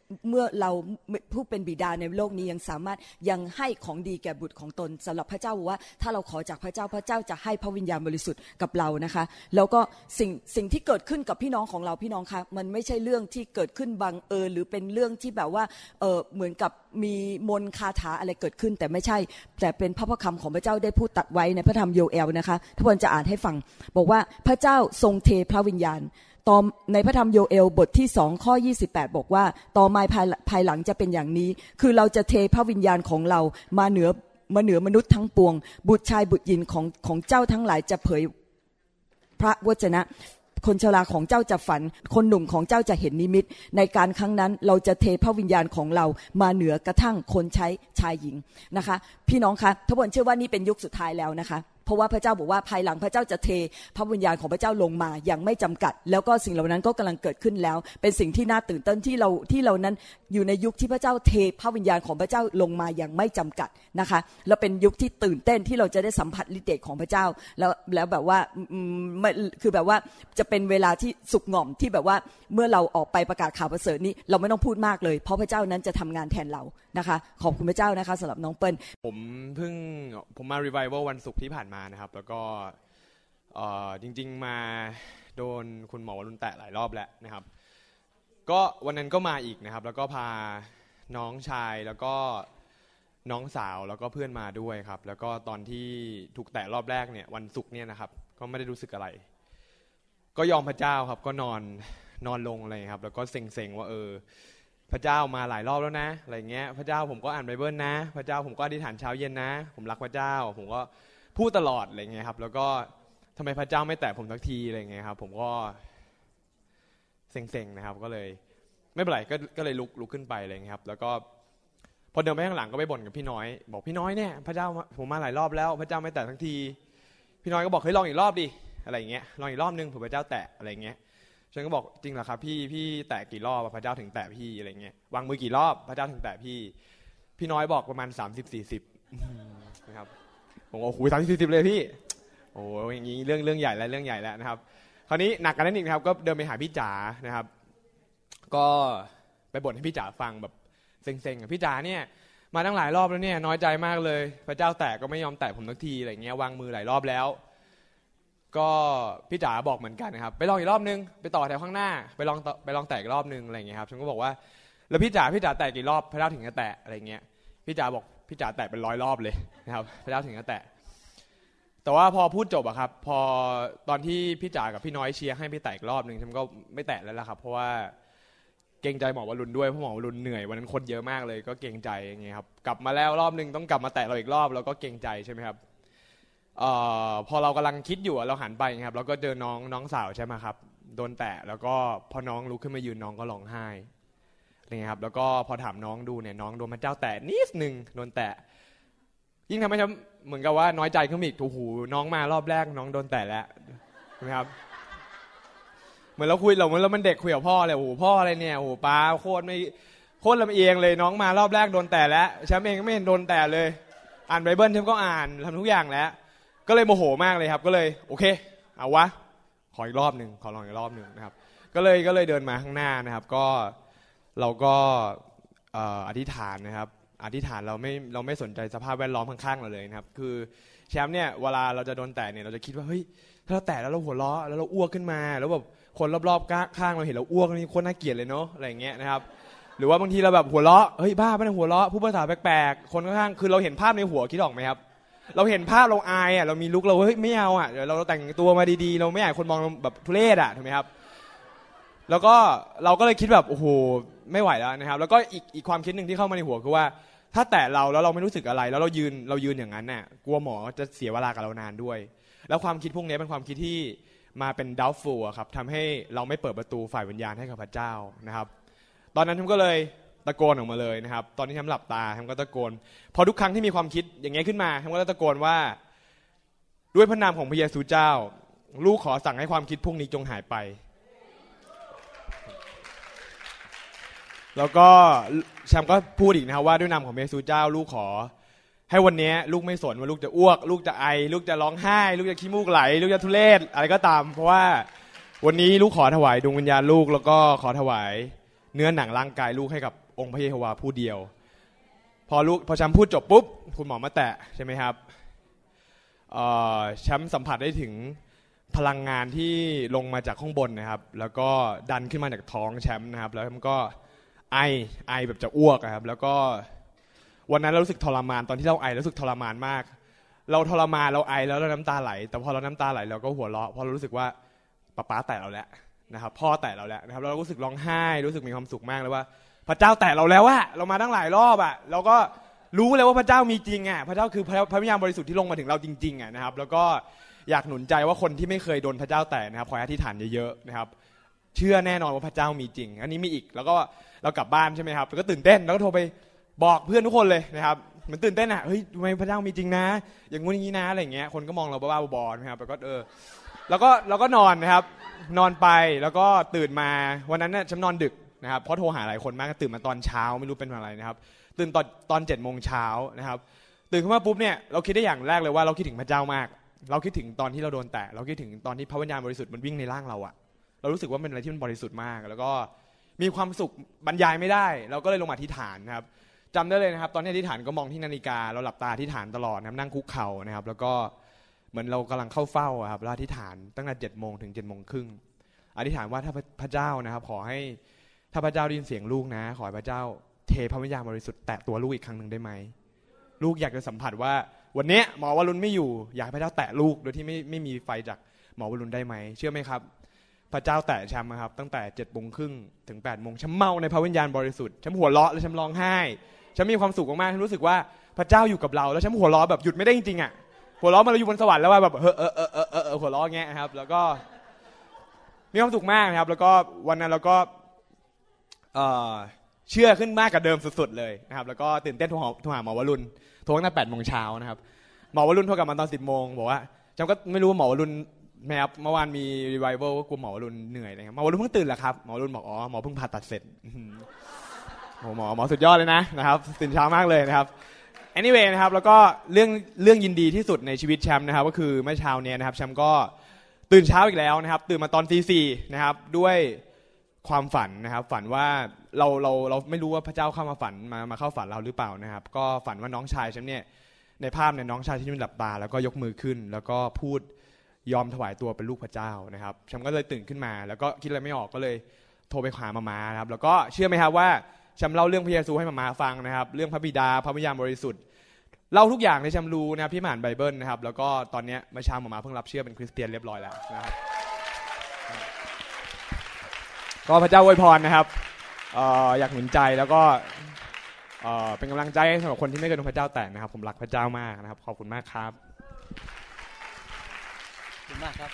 เมื่อเราผู้เป็นบิดาในโลกนี้ยังสามารถยังให้ของดีแก่บุตรของตนสำหรับพระเจ้าบอกว่าถ้าเราขอจากพระเจ้าพระเจ้าจะให้พระวิญญาณบริสุทธิ์กับเรานะคะแล้วก็สิ่งที่เกิดขึ้นกับพี่น้องของเราพี่น้องคะมันไม่ใช่เรื่องที่เกิดขึ้นบังเอิญหรือเป็นเรื่องที่แบบว่าเหมือนกับมีมนต์คาถาอะไรเกิดขึ้นแต่ไม่ใช่แต่เป็นพระคำของพระเจ้าได้พูดตัดไว้ในพระธรรมโยเอลนะคะทุกคนจะอ่านให้ฟังบอกว่าพระเจ้าทรงเทพระวิญญาณต่อในพระธรรมโยเอลบทที่2ข้อ28บอกว่าต่อมาภายหลังจะเป็นอย่างนี้คือเราจะเทพระวิญญาณของเรามาเหนือมนุษย์ทั้งปวงบุตรชายบุตรหญิงของเจ้าทั้งหลายจะเผยพระวจนะคนชราของเจ้าจะฝันคนหนุ่มของเจ้าจะเห็นนิมิตในการครั้งนั้นเราจะเทพระวิญญาณของเรามาเหนือกระทั่งคนใช้ชายหญิงนะคะพี่น้องคะทุกคนเชื่อว่านี่เป็นยุคสุดท้ายแล้วนะคะเพราะว่าพระเจ้าบอกว่าภายหลังพระเจ้าจะเทพระวิญญาณของพระเจ้าลงมาอย่างไม่จำกัดแล้วก็สิ่งเหล่านั้นก็กำลังเกิดขึ้นแล้วเป็นสิ่งที่น่าตื่นเต้นที่เรานั้นอยู่ในยุคที่พระเจ้าเทพระวิญญาณของพระเจ้าลงมาอย่างไม่จำกัดนะคะแล้วเป็นยุคที่ตื่นเต้นที่เราจะได้สัมผัสฤทธิ์เดชของพระเจ้าแล้วแบบว่าคือแบบว่าจะเป็นเวลาที่สุกง่อมที่แบบว่าเมื่อเราออกไปประกาศข่าวประเสริฐนี้เราไม่ต้องพูดมากเลยเพราะพระเจ้านั้นจะทำงานแทนเรานะคะขอบคุณพระเจ้านะคะสำหรับน้องเปิ้ลผมมา Revival วันศุกร์ที่ผ่านมานะครับแล้วก็จริงๆมาโดนคุณหมอวรุณแตะหลายรอบแล้วนะครับก็วันนั้นก็มาอีกนะครับแล้วก็พาน้องชายแล้วก็น้องสาวแล้วก็เพื่อนมาด้วยครับแล้วก็ตอนที่ถูกแตะรอบแรกเนี่ยวันศุกร์เนี่ยนะครับก็ไม่ได้รู้สึกอะไรก็ยอมพระเจ้าครับก็นอนลงอะไรครับแล้วก็เซ็งๆว่าพระเจ้ามาหลายรอบแล้วนะอะไรเงี้ยพระเจ้าผมก็อ่านไบเบิลนะพระเจ้าผมก็อธิษฐานเช้าเย็นนะผมรักพระเจ้าผมก็พูดตลอดอะไรเงี้ยครับแล้วก็ทำไมพระเจ้าไม่แตะผมสักทีอะไรเงี้ยครับผมก็เซ็งๆนะครับก็เลยไม่เป็นไรก็เลยลุกขึ้นไปอะไรเงี้ยครับแล้วก็พอเดินไปข้างหลังก็ไปบ่นกับพี่น้อยบอกพี่น้อยเนี่ยพระเจ้าผมมาหลายรอบแล้วพระเจ้าไม่แตะสักทีพี่น้อยก็บอกเฮ้ยลองอีกรอบดิอะไรเงี้ยลองอีกรอบนึงเผื่อพระเจ้าแตะอะไรเงี้ยฉันก็บอกจริงเหรอครับพี่แตะกี่รอบพระเจ้าถึงแตะพี่อะไรเงี้ยวางมือกี่รอบพระเจ้าถึงแตะพี่น้อยบอกประมาณ30-40นะครับผมโอ้โห30-40เลยพี่โอ้ยอย่างนี้เรื่องใหญ่แล้วนะครับคราวนี้หนักกันนั่นอีกนะครับก็เดินไปหาพี่จ๋านะครับก็ไปบ่นให้พี่จ๋าฟังแบบเซ็งๆพี่จ๋าเนี่ยมาตั้งหลายรอบแล้วเนี่ยน้อยใจมากเลยพระเจ้าแตะก็ไม่ยอมแตะผมสักทีอะไรเงี้ยวางมือหลายรอบแล้วก็พี่จ๋าบอกเหมือนกันนะครับไปลองอีกรอบนึงไปต่อแถวข้างหน้าไปลองแตะอีกรอบนึงอะไรเงี้ยครับฉันก็บอกว่าแล้วพี่จ๋าแตะกี่รอบพระเจ้าถึงจะแตะอะไรเงี้ยพี่จ๋าบอกพี่จ๋าแตะเป็น100 รอบเลยนะครับพระเจ้าถึงจะแตะแต่ว่าพอพูดจบอะครับพอตอนที่พี่จ๋ากับพี่น้อยเชียร์ให้พี่แตะอีกรอบนึงฉันก็ไม่แตะแล้วล่ะครับเพราะว่าเกรงใจหมอวรุณด้วยเพราะหมอวรุณเหนื่อยวันนั้นคนเยอะมากเลยก็เกรงใจอย่างเงี้ยครับกลับมาแล้วรอบนึงต้องกลับมาแตะเราอีกรอบแล้วก็เกรงใจใช่ไหมครับพอเรากำลังคิดอยู่เราหันไปครับแล้วก็เจอน้องสาวใช่ไหมครับโดนแตะแล้วก็พอน้องลุกขึ้นมายืนน้องก็ร้องไห้นี่ครับแล้วก็พอถามน้องดูเนี่ยน้องโดนพระเจ้าแตะนิดนึงโดนแตะยิ่งทำให้ฉันเหมือนกับว่าน้อยใจขึ้นอีกโอ้โหน้องมารอบแรกน้องโดนแตะแล้วใช่ไหมครับเหมือนเราคุยเหมือนเรามันเด็กคุยกับพ่อเลยโอ้โหพ่ออะไรเนี่ยโอ้โหป้าโคตรลำเอียงเลยน้องมารอบแรกโดนแตะแล้วฉันเองก็ไม่เห็นโดนแตะเลยอ่านไบเบิลฉันก็อ่านทำทุกอย่างแล้วก็เลยโมโหมากเลยครับก็เลยโอเคเอาวะขออีกรอบนึงขอลองอีกรอบนึงนะครับก็เลยเดินมาข้างหน้านะครับก็เราก็อธิษฐานนะครับอธิษฐานเราไม่สนใจสภาพแวดล้อมข้างๆเราเลยนะครับคือแชมป์เนี่ยเวลาเราจะโดนแตะเนี่ยเราจะคิดว่าเฮ้ยถ้าเราแตะแล้วเราหัวเราะแล้วเราอ้วกขึ้นมาแล้วแบบคนรอบๆข้างเราเห็นเราอ้วกนี่โคตรน่าเกลียดเลยเนาะอะไรอย่างเงี้ยนะครับหรือว่าบางทีเราแบบหัวเราะเฮ้ยบ้าไม่ได้หัวเราะพูดภาษาแปลกๆคนข้างๆคือเราเห็นภาพในหัวคิดออกไหมครับเราเห็นภาพเราอายอ่ะเรามีลุคเราเฮ้ยไม่เอาอ่ะเดี๋ยวเราแต่งตัวมาดีๆเราไม่อยากคนมองแบบทุเรศอ่ะถูกไหมครับแล้วก็เราก็เลยคิดแบบโอ้โหไม่ไหวแล้วนะครับแล้วก็อีกความคิดหนึ่งที่เข้ามาในหัวคือว่าถ้าแตะเราแล้วเราไม่รู้สึกอะไรแล้วเรายืนอย่างนั้นน่ะกลัวหมอจะเสียเวลากับเรานานด้วยแล้วความคิดพวกนี้เป็นความคิดที่มาเป็น doubtful ครับทำให้เราไม่เปิดประตูฝ่ายวิญญาณให้กับพระเจ้านะครับตอนนั้นผมก็เลยตะโกนออกมาเลยนะครับตอนที่ทำหลับตาทำก็ตะโกนพอทุกครั้งที่มีความคิดอย่างเงี้ยขึ้นมาทำก็ตะโกนว่าด้วยพระนามของพระเยซูเจ้าลูกขอสั่งให้ความคิดพวกนี้จงหายไปแล้วก็แชมป์ก็พูดอีกนะครับว่าด้วยนามของพระเยซูเจ้าลูกขอให้วันนี้ลูกไม่สนว่าลูกจะอ้วกลูกจะไอลูกจะร้องไห้ลูกจะขี้มูกไหลลูกจะทุเรศอะไรก็ตามเพราะว่าวันนี้ลูกขอถวายดวงวิญญาณลูกแล้วก็ขอถวายเนื้อหนังร่างกายลูกให้กับองค์พระเยโฮวาห์ผู้เดียวพอแชมป์พูดจบปุ๊บคุณหมอมาแตะใช่ไหมครับแชมป์สัมผัสได้ถึงพลังงานที่ลงมาจากข้างบนนะครับแล้วก็ดันขึ้นมาจากท้องแชมป์นะครับแล้วมันก็ไอแบบจะอ้วกครับแล้วก็วันนั้นเรารู้สึกทรมานตอนที่เราไอรู้สึกทรมานมากเราทรมานเราไอแล้วเราน้ำตาไหลแต่พอเราน้ำตาไหลเราก็หัวเราะเพราะเรารู้สึกว่าป๊าแตะเราแล้วนะครับพ่อแตะเราแล้วนะครับเรารู้สึกร้องไห้รู้สึกมีความสุขมากเลยว่าพระเจ้าแตะเราแล้วว่าเรามาตั้งหลายรอบอ่ะเราก็รู้เลยว่าพระเจ้ามีจริงอ่ะพระเจ้าคือพระวิญญาณบริสุทธิ์ที่ลงมาถึงเราจริงๆอ่ะนะครับแล้วก็อยากหนุนใจว่าคนที่ไม่เคยโดนพระเจ้าแตะนะครับขออธิษฐานเยอะๆนะครับเชื่อแน่นอนว่าพระเจ้ามีจริงอันนี้มีอีกแล้วก็เรากลับบ้านใช่ไหมครับแล้วก็ตื่นเต้นแล้วก็โทรไปบอกเพื่อนทุกคนเลยนะครับเหมือนตื่นเต้นอ่ะเฮ้ยทำไมพระเจ้ามีจริงนะอย่างงู้นอย่างนี้นะอะไรอย่างเงี้ยคนก็มองเราบ้าๆบอๆนะครับแล้วก็เราก็นอนนะครับนอนไปแล้วก็ตื่นมาวันนั้นเนี่ยฉันนอนดึกนะครับเพราะโทรหาหลายคนมากตื่นมาตอนเช้าไม่รู้เป็นอะไรนะครับตื่นตอน7 โมงเช้านะครับตื่นขึ้นมาปุ๊บเนี่ยเราคิดได้อย่างแรกเลยว่าเราคิดถึงพระเจ้ามากเราคิดถึงตอนที่เราโดนแตะเราคิดถึงตอนที่พระวิญญาณบริสุทธิ์มันวิ่งในร่างเราอะเรารู้สึกว่าเป็นอะไรที่มันบริสุทธิ์มากแล้วก็มีความสุขบรรยายไม่ได้เราก็เลยลงมาอธิษฐานนะครับจำได้เลยนะครับตอนที่อธิษฐานก็มองที่นาฬิกาเราหลับตาอธิษฐานตลอดนะครับนั่งคุกเข่านะครับแล้วก็เหมือนเรากำลังเข้าเฝ้าครับเราอธิษฐานตั้งแต่7 โมงถึง7 โมงครึ่งอธิษฐานว่าถ้าพระเจ้านะครับขอให้ถ้าพระเจ้าได้ยินเสียงลูกนะขอให้พระเจ้าเทพระวิญญาณบริสุทธิ์แตะตัวลูกอีกครั้งหนึ่งได้ไหมลูกอยากจะสัมผัสว่าวันนี้หมอวรุณไม่อยู่อยากให้พระเจ้าแตะลูกโดยที่ไม่มีไฟจากหมอวรุณได้ไหมเชื่อไหมครับพระเจ้าแตะแชมป์ครับตั้งแต่7 โมงครึ่งถึง8 โมงแชมป์เมาในพระวิญญาณบริสุทธิ์แชมป์หัวเราะและแชมป์ร้องไห้แชมป์มีความสุขมากๆแชมป์รู้สึกว่าพระเจ้าอยู่กับเราแล้วแชมป์หัวเราะแบบหยุดไม่ได้จริงๆอ่ะหัวเราะมันเราอยู่บนสวรรค์แล้วว่าแบบหัวเราะอย่างเงี้ยครับแล้วก็มีความสุขมากนะครับแล้วก็วันนั้นเราก็เชื่อขึ้นมากกว่าเดิมสุดๆเลยนะครับแล้วก็ตื่นเต้นโทรหาหมอวรุณโทรตั้งแต่8 โมงเช้านะครับหมอวรุณโทรกลับมาตอน10 โมงบอกว่าจำก็ไม่รู้ว่าหมอวรุณแม่เมื่อวานมีรีไวเวลก็กลัวหมอวรุณเหนื่อยนะครับหมอวรุณเพิ่งตื่นแหละครับหมอวรุณบอกอ๋อหมอเพิ่งผ่าตัดเสร็จหมอสุดยอดเลยนะครับตื่นเช้ามากเลยนะครับ anyway นะครับแล้วก็เรื่องยินดีที่สุดในชีวิตแชมป์นะครับก็คือเมื่อเช้านี้นะครับแชมป์ก็ตื่นเช้าอีกแล้วนะครับตื่นมาตอนตี 4นะครับด้วยความฝันนะครับฝันว่าเราไม่รู้ว่าพระเจ้าเข้ามาฝันมาเข้าฝันเราหรือเปล่านะครับก็ฝันว่าน้องชายฉันเนี่ยในภาพเนี่ยน้องชายที่มันหลับตาแล้วก็ยกมือขึ้นแล้วก็พูดยอมถวายตัวเป็นลูกพระเจ้านะครับฉันก็เลยตื่นขึ้นมาแล้วก็คิดอะไรไม่ออกก็เลยโทรไปหามาม่านะครับแล้วก็เชื่อไหมครับว่าฉันเล่าเรื่องพระเยซูให้มาม่าฟังนะครับเรื่องพระบิดาพระวิญญาณบริสุทธิ์เล่าทุกอย่างในฉันรู้นะครับพี่อ่านไบเบิลนะครับแล้วก็ตอนนี้เมื่อเช้ามาม่าเพิ่งรับเชื่อเป็นคริสเตียนเรียบร้อยแล้วนะครับก็พระเจ้าอวยพรนะครับอยากหนุนใจแล้วก็เป็นกำลังใจสำหรับคนที่ไม่เคยโดนพระเจ้าแตะนะครับผมรักพระเจ้ามากนะครับขอบคุณมากครับขอบคุณมากครับ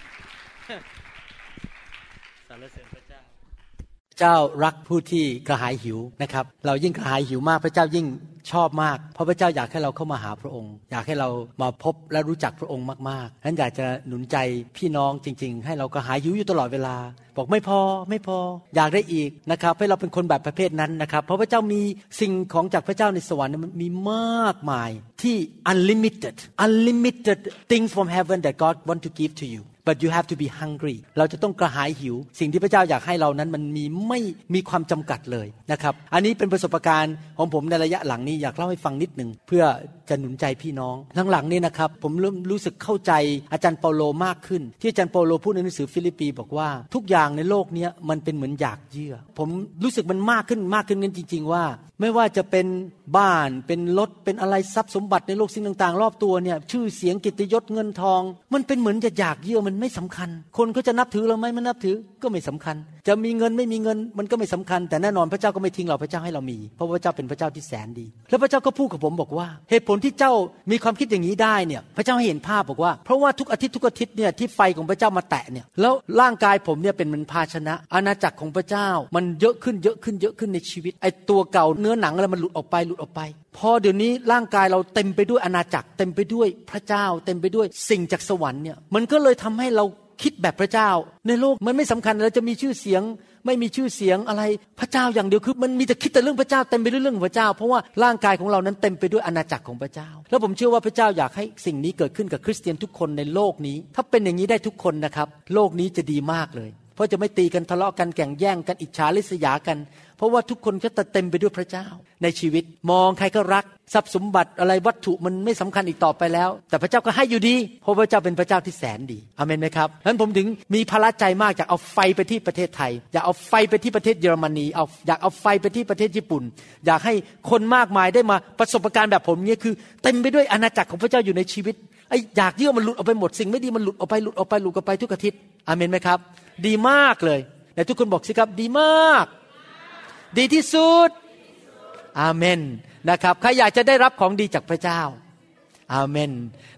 สรรเสริญพระเจ้าเจ้ารักผู้ที่กระหายหิวนะครับเรายิ่งกระหายหิวมากพระเจ้ายิ่งชอบมากเพราะพระเจ้าอยากให้เราเข้ามาหาพระองค์อยากให้เรามาพบและรู้จักพระองค์มากๆนั้นอยากจะหนุนใจพี่น้องจริงๆให้เรากระหายหิวอยู่ตลอดเวลาบอกไม่พออยากได้อีกนะครับให้เราเป็นคนแบบประเภทนั้นนะครับเพราะพระเจ้ามีสิ่งของจากพระเจ้าในสวรรค์มันมีมากมายที่ unlimited things from heaven that God want to give to you but you have to be hungry เราจะต้องกระหายหิวสิ่งที่พระเจ้าอยากให้เรานั้นมันไม่มีความจำกัดเลยนะครับอันนี้เป็นประสบการณ์ของผมในระยะหลังนี้อยากเล่าให้ฟังนิดนึงเพื่อจะหนุนใจพี่น้องหลังๆนี่นะครับผมเริ่มรู้สึกเข้าใจอาจารย์เปาโลมากขึ้นที่อาจารย์เปาโลพูดในหนังสือฟิลิปปีบอกว่าทุกอย่างในโลกนี้มันเป็นเหมือนหยากเยื่อผมรู้สึกมันมากขึ้นกันจริงๆว่าไม่ว่าจะเป็นบ้านเป็นรถเป็นอะไรทรัพย์สมบัติในโลกสิ่งต่างๆรอบตัวเนี่ยชื่อเสียงกิตติยศเงินทองมันเป็นเหมือนหยากเยื่อมันไม่สำคัญคนเขาจะนับถือเราไหมไม่นับถือก็ไม่สำคัญจะมีเงินไม่มีเงินมันก็ไม่สำคัญแต่แน่นอนพระเจ้าก็ไม่ทิ้งเราพระเจ้าให้เรามีเพราะพระเจ้าเป็นพระเจ้าที่แสนดีแล้วพระเจ้าก็พูดกับผมบอกว่าเหตุผลที่เจ้ามีความคิดอย่างนี้ได้เนี่ยพระเจ้าให้เห็นภาพบอกว่าเพราะว่าทุกอาทิตย์เนี่ยที่ไฟของพระเจ้ามาแตะเนี่ยแล้วร่างกายผมเนี่ยเป็นเหมือนภาชนะอาณาจักรของพระเจ้ามันเยอะขึ้นในชีวิตไอ้ตัวเก่าเนื้อหนังอะไรมันหลุดออกไปพอเดี๋ยวนี้ร่างกายเราเต็มไปด้วยอาณาจักรเต็มไปด้วยพระเจ้าเต็มไปด้วยสิ่งจากสวรรค์เนี่ยมันก็เลยทำให้เราคิดแบบพระเจ้าในโลกมันไม่สำคัญเราจะมีชื่อเสียงไม่มีชื่อเสียงอะไรพระเจ้าอย่างเดียวคือมันมีแต่คิดแต่เรื่องพระเจ้าเต็มไปด้วยเรื่องของพระเจ้าเพราะว่าร่างกายของเรานั้นเต็มไปด้วยอาณาจักรของพระเจ้าแล้วผมเชื่อว่าพระเจ้าอยากให้สิ่งนี้เกิดขึ้นกับคริสเตียนทุกคนในโลกนี้ถ้าเป็นอย่างนี้ได้ทุกคนนะครับโลกนี้จะดีมากเลยเพราะจะไม่ตีกันทะเลาะกันแข่งแย่งกันอิจฉาริษยากันเพราะว่าทุกคนก็เต็มไปด้วยพระเจ้าในชีวิตมองใครก็รักทรัพย์สมบัติอะไรวัตถุมันไม่สำคัญอีกต่อไปแล้วแต่พระเจ้าก็ให้อยู่ดีเพราะพระเจ้าเป็นพระเจ้าที่แสนดีอาเมนไหมครับงั้นผมถึงมีภาระใจมากอยากเอาไฟไปที่ประเทศไทยอยากเอาไฟไปที่ประเทศเยอรมนีอยากเอาไฟไปที่ประเทศญี่ปุ่นอยากให้คนมากมายได้มาประสบการณ์แบบผมเนี่ยคือเต็มไปด้วยอาณาจักรของพระเจ้าอยู่ในชีวิตอยากเยื่อมันหลุดออกไปหมดสิ่งไม่ดีมันหลุดออกไปทุกอาทิตย์อาเมนไหมครับดีมากเลยแต่ทุกคนบอกสิครับดีมากดีที่สุดอาเมนนะครับใครอยากจะได้รับของดีจากพระเจ้าอาเมน